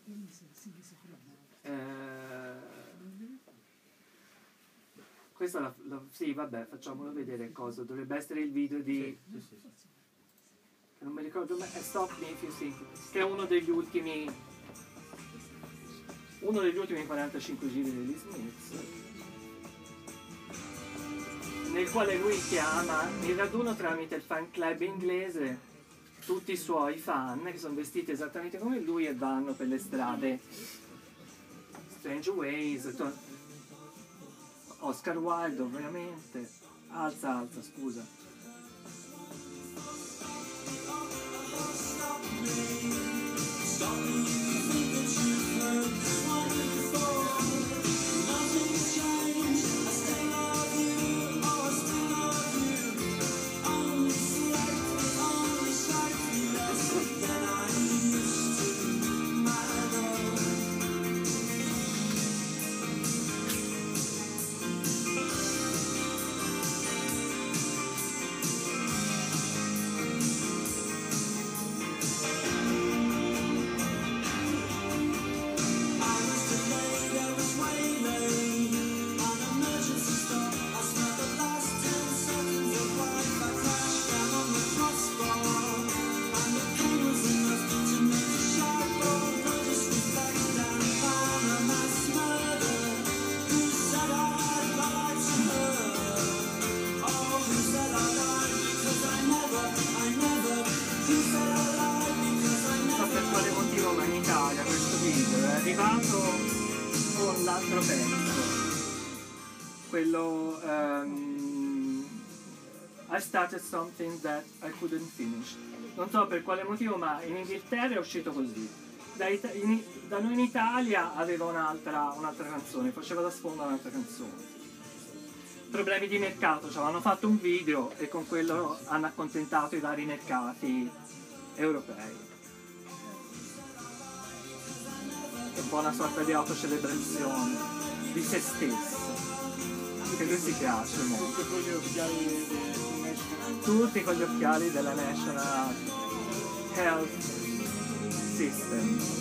Questa sì, vabbè, facciamolo vedere cosa. Dovrebbe essere il video di... non mi ricordo, Stop Me If You Think, che è uno degli ultimi 45 giri degli Smiths, nel quale lui chiama il raduno tramite il fan club inglese tutti i suoi fan che sono vestiti esattamente come lui e vanno per le strade. Strange Ways, Oscar Wilde ovviamente. Alza, scusa. con l'altro pezzo, quello I started something that I couldn't finish. Non so per quale motivo, ma in Inghilterra è uscito così. Da noi in Italia aveva un'altra canzone, faceva da sfondo un'altra canzone. Problemi di mercato, cioè hanno fatto un video e con quello hanno accontentato i vari mercati europei. È un po' una sorta di autocelebrazione di se stesso, che lui si piace molto. Tutti con gli occhiali della National Health System.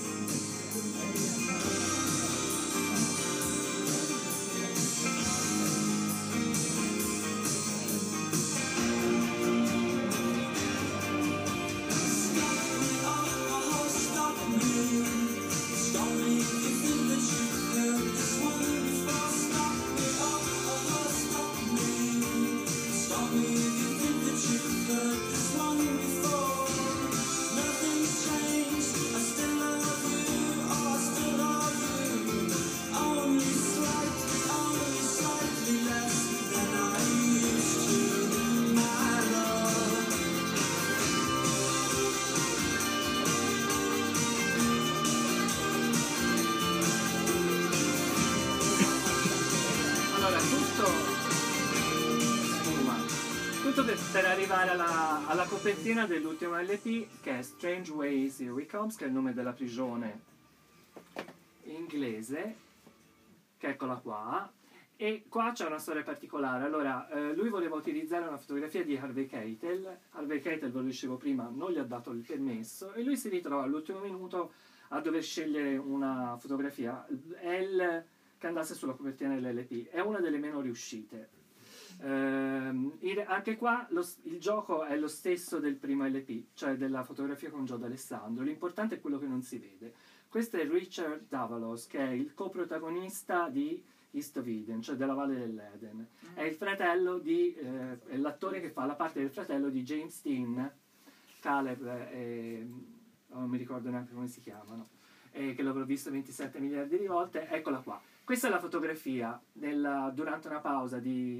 Per arrivare alla copertina dell'ultimo LP, che è Strange Ways Here We Comes, che è il nome della prigione inglese, che eccola qua, e qua c'è una storia particolare. Allora, lui voleva utilizzare una fotografia di Harvey Keitel, ve lo dicevo prima, non gli ha dato il permesso, e lui si ritrova all'ultimo minuto a dover scegliere una fotografia che andasse sulla copertina dell'LP. È una delle meno riuscite. Anche qua il gioco è lo stesso del primo LP, cioè della fotografia con Joe D'Alessandro. L'importante è quello che non si vede. Questo è Richard Davalos, che è il coprotagonista di East of Eden, cioè della Valle dell'Eden. È il fratello è l'attore che fa la parte del fratello di James Dean, Caleb non mi ricordo neanche come si chiamano, che l'avrò visto 27 miliardi di volte. Eccola qua. Questa è la fotografia durante una pausa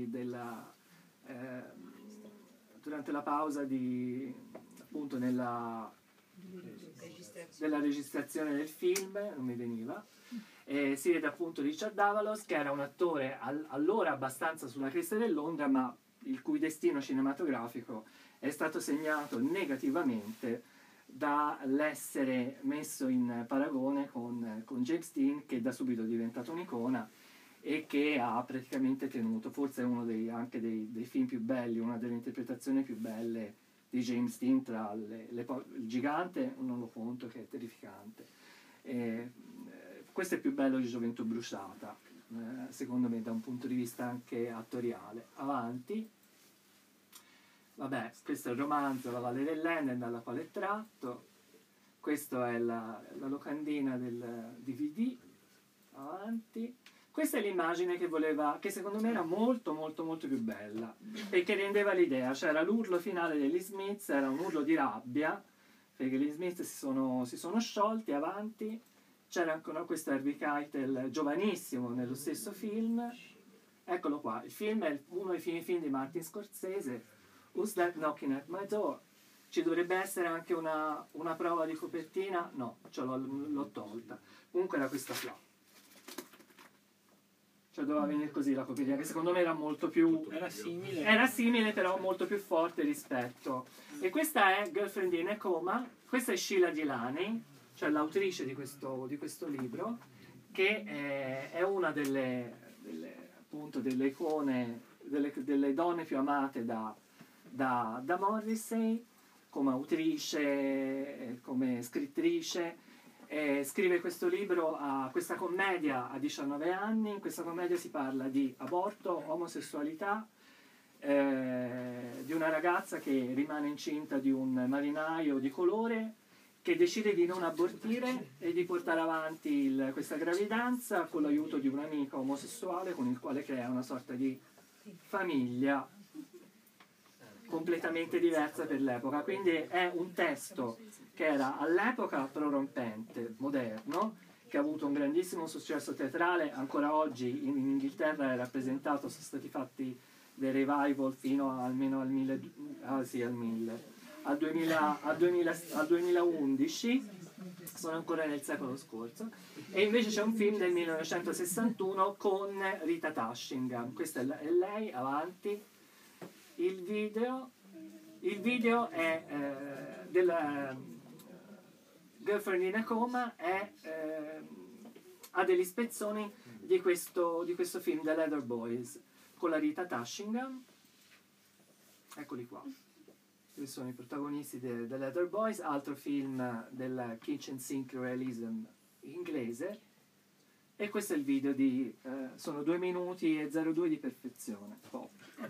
durante la pausa appunto della registrazione del film, non mi veniva. Si vede appunto Richard Davalos, che era un attore allora abbastanza sulla cresta dell'onda, ma il cui destino cinematografico è stato segnato negativamente dall'essere messo in paragone con James Dean, che da subito è diventato un'icona e che ha praticamente tenuto, forse è uno anche dei film più belli, una delle interpretazioni più belle di James Dean, tra il Gigante non lo conto, che è terrificante. Questo è più bello di Gioventù bruciata, secondo me, da un punto di vista anche attoriale. Avanti. Vabbè, questo è il romanzo La Valle dell'Eden, dalla quale è tratto. Questa è la locandina del DVD. Avanti. Questa è l'immagine che secondo me era molto molto molto più bella, perché rendeva l'idea. C'era l'urlo finale degli Smiths, era un urlo di rabbia, perché gli Smiths si sono sciolti. Avanti. C'era ancora questo Harvey Keitel giovanissimo nello stesso film. Eccolo qua. Il film è uno dei primi film di Martin Scorsese, Who's That Knocking at My Door? Ci dovrebbe essere anche una prova di copertina? No, l'ho tolta. Comunque era questa qua. Cioè doveva venire così la copertina, che secondo me era molto più... Era simile, però molto più forte rispetto. E questa è Girlfriend in a Coma. Questa è Sheila Gilani, cioè l'autrice di questo libro, che è una delle icone, delle donne più amate da Morrissey, come autrice, come scrittrice. Scrive questo libro, questa commedia a 19 anni. In questa commedia si parla di aborto, omosessualità, di una ragazza che rimane incinta di un marinaio di colore, che decide di non abortire e di portare avanti questa gravidanza con l'aiuto di un amico omosessuale con il quale crea una sorta di famiglia completamente diversa per l'epoca. Quindi è un testo che era all'epoca prorompente, moderno, che ha avuto un grandissimo successo teatrale, ancora oggi in Inghilterra è rappresentato, sono stati fatti dei revival fino almeno al 2011, sono ancora nel secolo scorso. E invece c'è un film del 1961 con Rita Tashingham, questa è lei, avanti. Il video è della Girlfriend in a Coma, ha degli spezzoni di questo film The Leather Boys con la Rita Tashingham. Eccoli qua, questi sono i protagonisti di The Leather Boys, altro film del kitchen sink realism inglese. E questo è il video di sono 2 minuti e 02 di perfezione pop.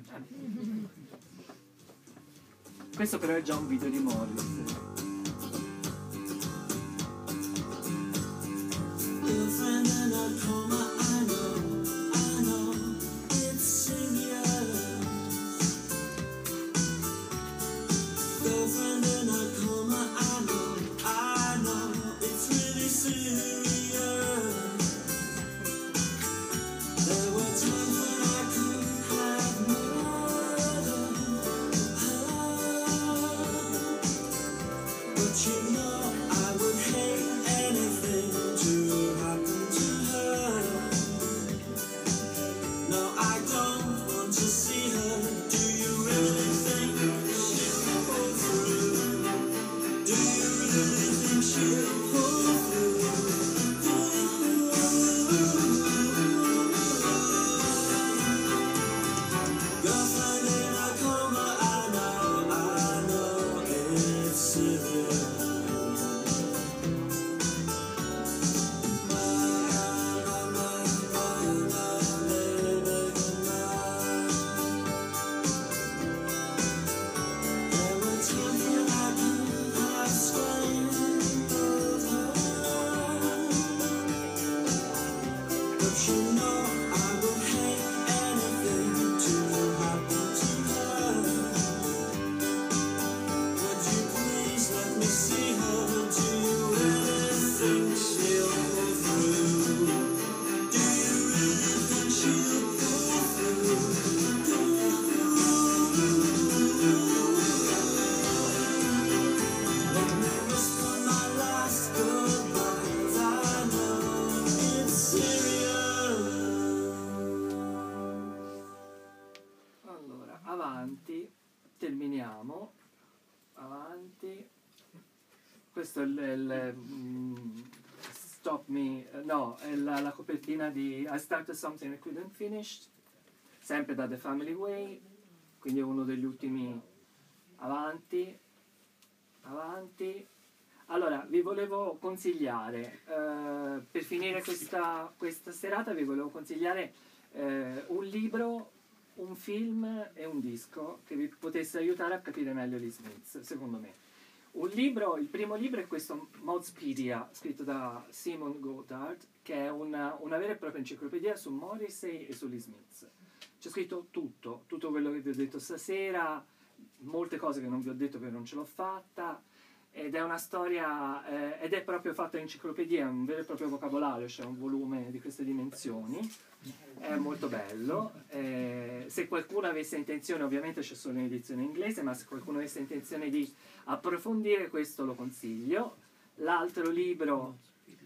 Questo però è già un video di Morris. Girlfriend in a coma, I know, it's serious. Girlfriend in a coma, I know, it's really serious. There were times when I could have murdered her, but you know I would hate anything to happen to her. No, I don't want to see her. Do you really think she'll pull through? Do you really think she'll pull through? Girlfriend in a coma, I know it's serious. Allora, avanti, terminiamo. Avanti. Questo è Stop Me, no, è la copertina di I Started Something I Couldn't Finish, sempre da The Family Way, quindi è uno degli ultimi. Avanti. Allora, vi volevo consigliare, per finire questa serata, vi volevo consigliare un libro, un film e un disco che vi potesse aiutare a capire meglio gli Smiths, secondo me. Un libro, il primo libro è questo Modspedia, scritto da Simon Goddard, che è una vera e propria enciclopedia su Morrissey e sugli Smiths. C'è scritto tutto quello che vi ho detto stasera, molte cose che non vi ho detto perché non ce l'ho fatta, ed è una storia, ed è proprio fatta in enciclopedia, è un vero e proprio vocabolario, c'è un volume di queste dimensioni, è molto bello. Se qualcuno avesse intenzione, ovviamente c'è solo in edizione inglese, ma se qualcuno avesse intenzione di approfondire, questo lo consiglio. L'altro libro,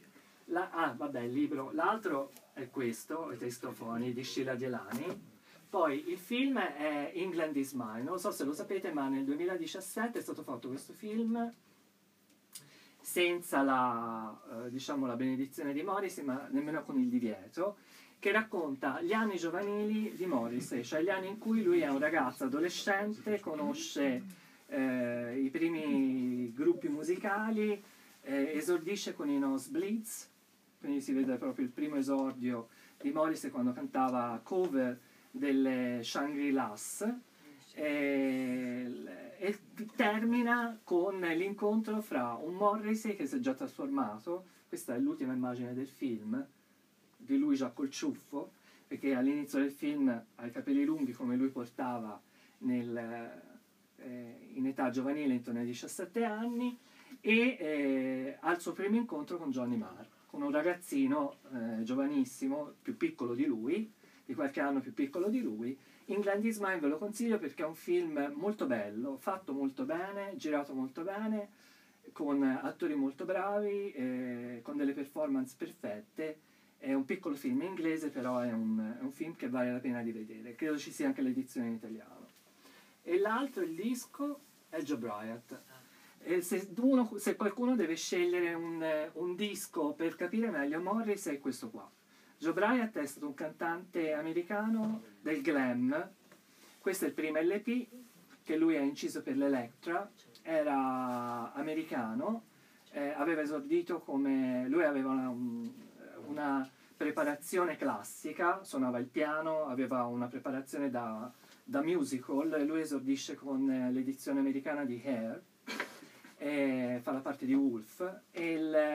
l'altro è questo, I Testofoni di Sheila Delany. Poi il film è England is Mine, non so se lo sapete, ma nel 2017 è stato fatto questo film senza la benedizione di Morrissey, ma nemmeno con il divieto, che racconta gli anni giovanili di Morrissey, cioè gli anni in cui lui è un ragazzo adolescente, conosce i primi gruppi musicali, esordisce con i Nosebleeds, quindi si vede proprio il primo esordio di Morrissey quando cantava cover delle Shangri-Las, e termina con l'incontro fra un Morrissey che si è già trasformato, questa è l'ultima immagine del film, di lui già col ciuffo, perché all'inizio del film ha i capelli lunghi come lui portava in età giovanile, intorno ai 17 anni, e ha il suo primo incontro con Johnny Marr. con un ragazzino giovanissimo, più piccolo di lui, di qualche anno più piccolo di lui. In Gladys Mine ve lo consiglio perché è un film molto bello, fatto molto bene, girato molto bene, con attori molto bravi, con delle performance perfette. È un piccolo film inglese, però è un film che vale la pena di vedere. Credo ci sia anche l'edizione in italiano. E l'altro, il disco, è Joe Bryant. E se qualcuno deve scegliere un disco per capire meglio Morrissey, è questo qua. Joe Bryant è stato un cantante americano del glam. Questo è il primo LP che lui ha inciso per l'Electra. Era americano, aveva esordito come... lui aveva una preparazione classica, suonava il piano, aveva una preparazione da musical. Lui esordisce con l'edizione americana di Hair, fa la parte di Wolf, e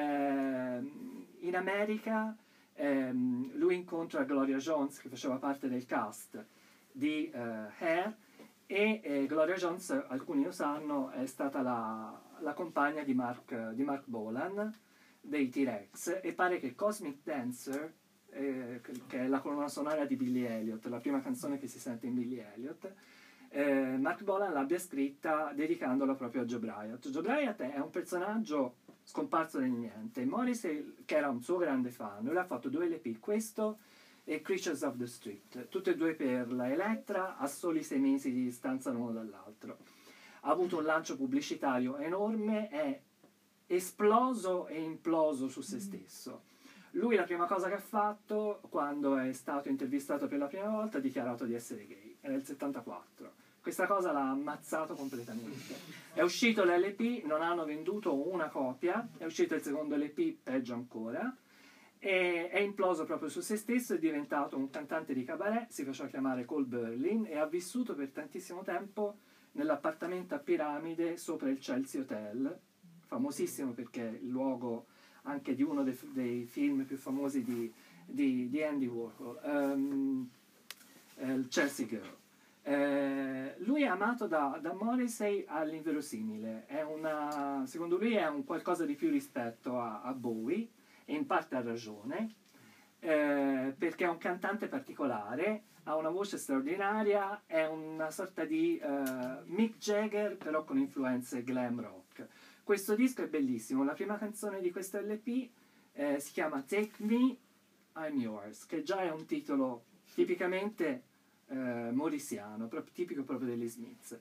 in America lui incontra Gloria Jones, che faceva parte del cast di Hair, e Gloria Jones, alcuni lo sanno, è stata la compagna di Mark Bolan dei T-Rex, e pare che Cosmic Dancer, che è la colonna sonora di Billy Elliot, la prima canzone che si sente in Billy Elliot, Mark Bolan l'abbia scritta dedicandola proprio a Joe Bryant. Joe Bryant è un personaggio scomparso nel niente. Morrissey, che era un suo grande fan, lui ha fatto 2 LP, questo e Creatures of the Street, tutte e 2 per la Electra, a soli 6 mesi di distanza l'uno dall'altro. Ha avuto un lancio pubblicitario enorme, è esploso e imploso su se stesso. Lui la prima cosa che ha fatto, quando è stato intervistato per la prima volta, ha dichiarato di essere gay, era il 74. Questa cosa l'ha ammazzato completamente. È uscito l'LP, non hanno venduto una copia, è uscito il secondo LP, peggio ancora, e è imploso proprio su se stesso, è diventato un cantante di cabaret, si faceva chiamare Cole Berlin, e ha vissuto per tantissimo tempo nell'appartamento a piramide sopra il Chelsea Hotel, famosissimo perché è il luogo anche di uno dei film più famosi di Andy Warhol, Chelsea Girl. Lui è amato da Morrissey all'inverosimile, secondo lui è un qualcosa di più rispetto a Bowie, e in parte ha ragione, perché è un cantante particolare, ha una voce straordinaria, è una sorta di Mick Jagger però con influenze glam rock. Questo disco è bellissimo, la prima canzone di questo LP si chiama Take Me, I'm Yours, che già è un titolo tipicamente morrisiano, tipico proprio degli Smiths.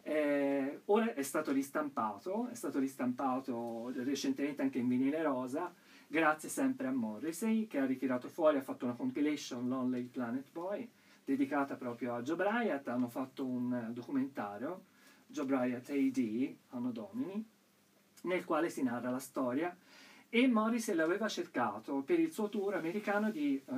Ora è stato ristampato recentemente anche in vinile rosa, grazie sempre a Morrissey, che ha ritirato fuori, ha fatto una compilation, Lonely Planet Boy, dedicata proprio a Joe Bryant. Hanno fatto un documentario, Joe Bryant AD, Anno Domini, nel quale si narra la storia, e Morrissey l'aveva cercato per il suo tour americano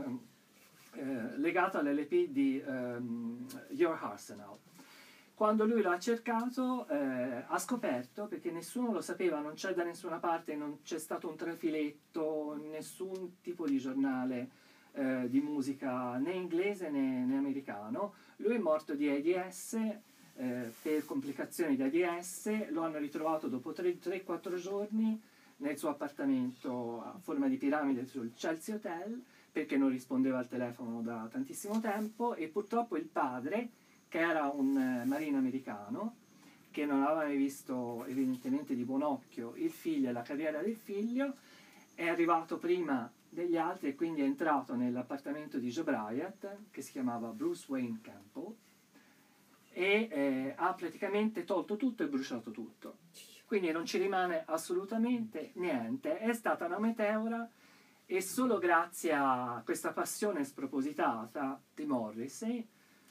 legato all'LP di Your Arsenal. Quando lui l'ha cercato ha scoperto, perché nessuno lo sapeva, non c'è da nessuna parte, non c'è stato un trafiletto, nessun tipo di giornale di musica né inglese né americano. Lui è morto di AIDS, per complicazioni di AIDS. Lo hanno ritrovato dopo 3-4 giorni nel suo appartamento a forma di piramide sul Chelsea Hotel, perché non rispondeva al telefono da tantissimo tempo, e purtroppo il padre, che era un marino americano, che non aveva mai visto evidentemente di buon occhio il figlio e la carriera del figlio, è arrivato prima degli altri e quindi è entrato nell'appartamento di Joe Bryant, che si chiamava Bruce Wayne Campbell, e ha praticamente tolto tutto e bruciato tutto. Quindi non ci rimane assolutamente niente. È stata una meteora, e solo grazie a questa passione spropositata di Morrissey,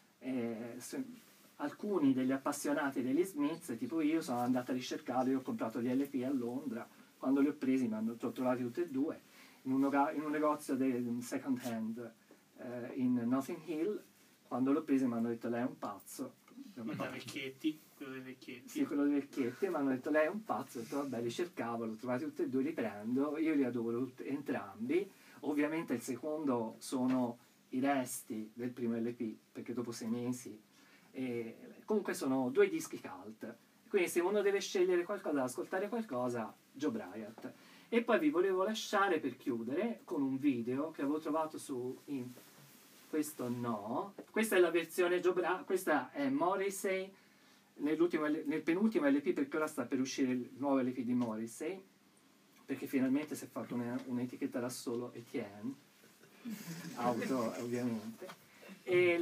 alcuni degli appassionati degli Smiths, tipo io, sono andata a ricercarli. Io ho comprato gli LP a Londra, quando li ho presi mi hanno trovati tutti e 2 in un negozio di second hand in Notting Hill. Quando l'ho preso mi hanno detto lei è un pazzo. Ma da Vecchietti, quello dei Vecchietti. Sì, quello dei Vecchietti, mi hanno detto lei è un pazzo. Ho detto vabbè, li cercavo, l'ho trovati tutti e 2, li prendo. Io li adoro entrambi. Ovviamente il secondo sono i resti del primo LP, perché dopo 6 mesi, comunque sono 2 dischi cult. Quindi se uno deve scegliere qualcosa, ascoltare qualcosa, Joe Bryant. E poi vi volevo lasciare per chiudere con un video che avevo trovato questo no, questa è la versione questa è Morrissey nel penultimo LP, perché ora sta per uscire il nuovo LP di Morrissey, perché finalmente si è fatto un'etichetta da solo Etienne, auto ovviamente, e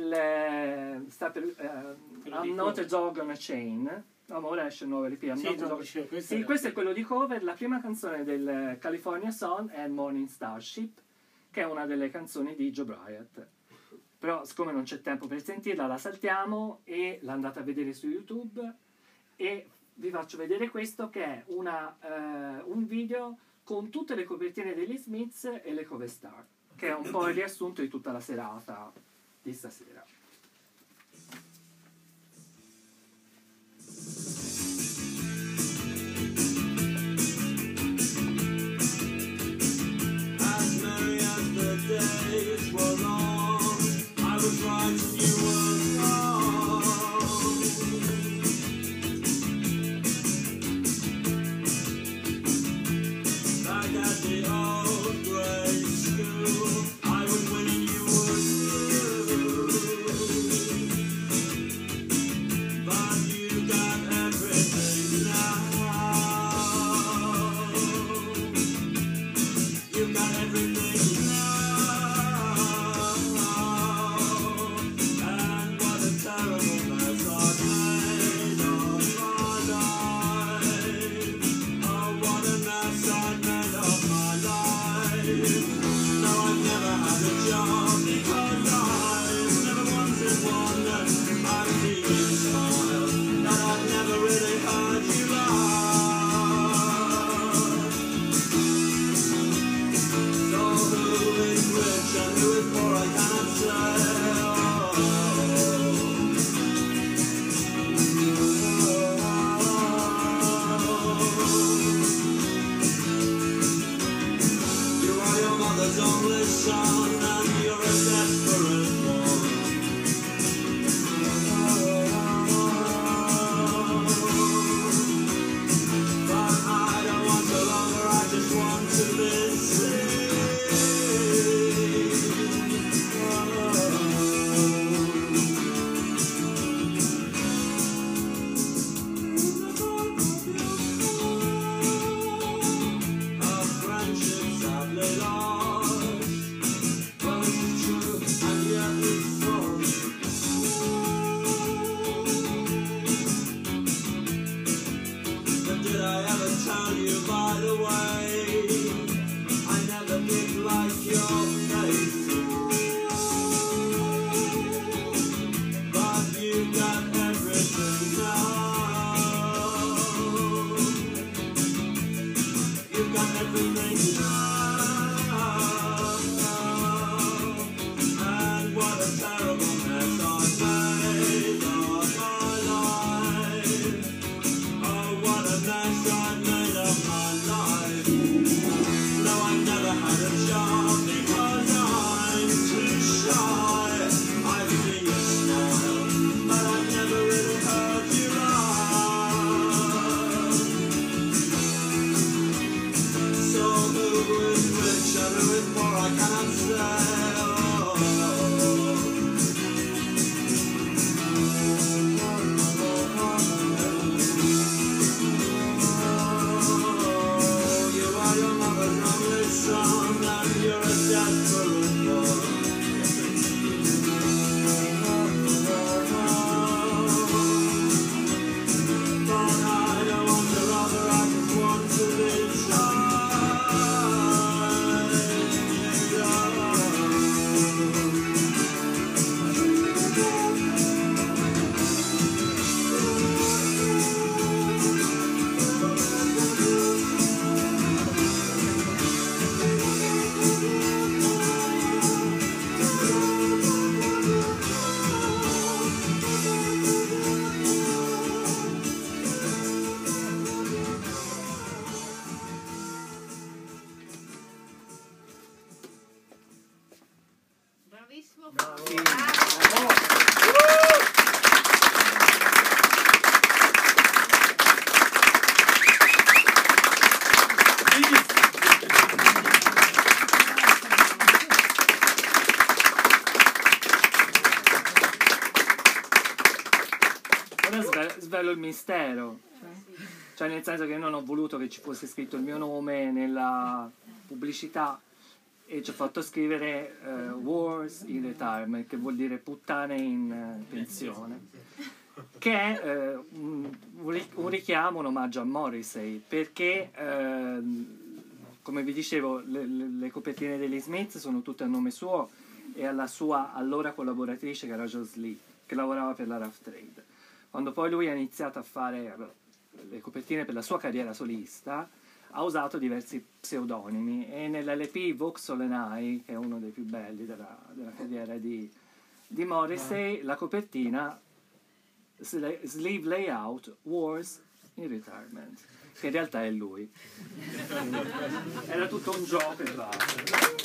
I'm Not a Dog on a Chain. No, ma ora esce il nuovo LP. Sì, questo è quello di cover. La prima canzone del California Sun è Morning Starship, che è una delle canzoni di Joe Bryant. Però siccome non c'è tempo per sentirla, la saltiamo e l'andate a vedere su YouTube. E vi faccio vedere questo, che è un video con tutte le copertine degli Smiths e le cover star, che è un po' il riassunto di tutta la serata di stasera. Days were long, I was right and you were wrong. Back at the old grade school, I was winning, you were through. But you got everything now. You got everything now. ora svelo il mistero. Cioè nel senso che io non ho voluto che ci fosse scritto il mio nome nella pubblicità e ci ho fatto scrivere Wars in Retirement, che vuol dire puttane in pensione, che è un richiamo, un omaggio a Morrissey, perché come vi dicevo le copertine degli Smiths sono tutte a nome suo e alla sua allora collaboratrice, che era Joss Lee, che lavorava per la Rough Trade. Quando poi lui ha iniziato a fare le copertine per la sua carriera solista, ha usato diversi pseudonimi, e nell'LP Vauxhall and I, che è uno dei più belli della carriera di Morrissey, la copertina sleeve layout Wars in Retirement, che in realtà è lui. Era tutto un gioco e basta.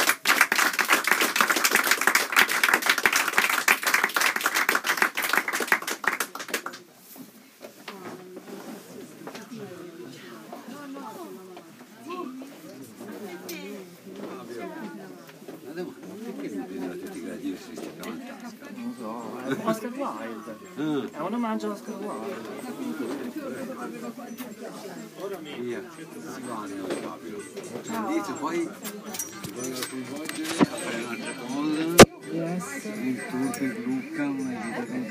Oscar Wilde, è un omaggio a Oscar Wilde. Via, si vanno Fabio. Invece poi si vogliono coinvolgere a fare un'altra cosa. Il tour per Lucca, una gita con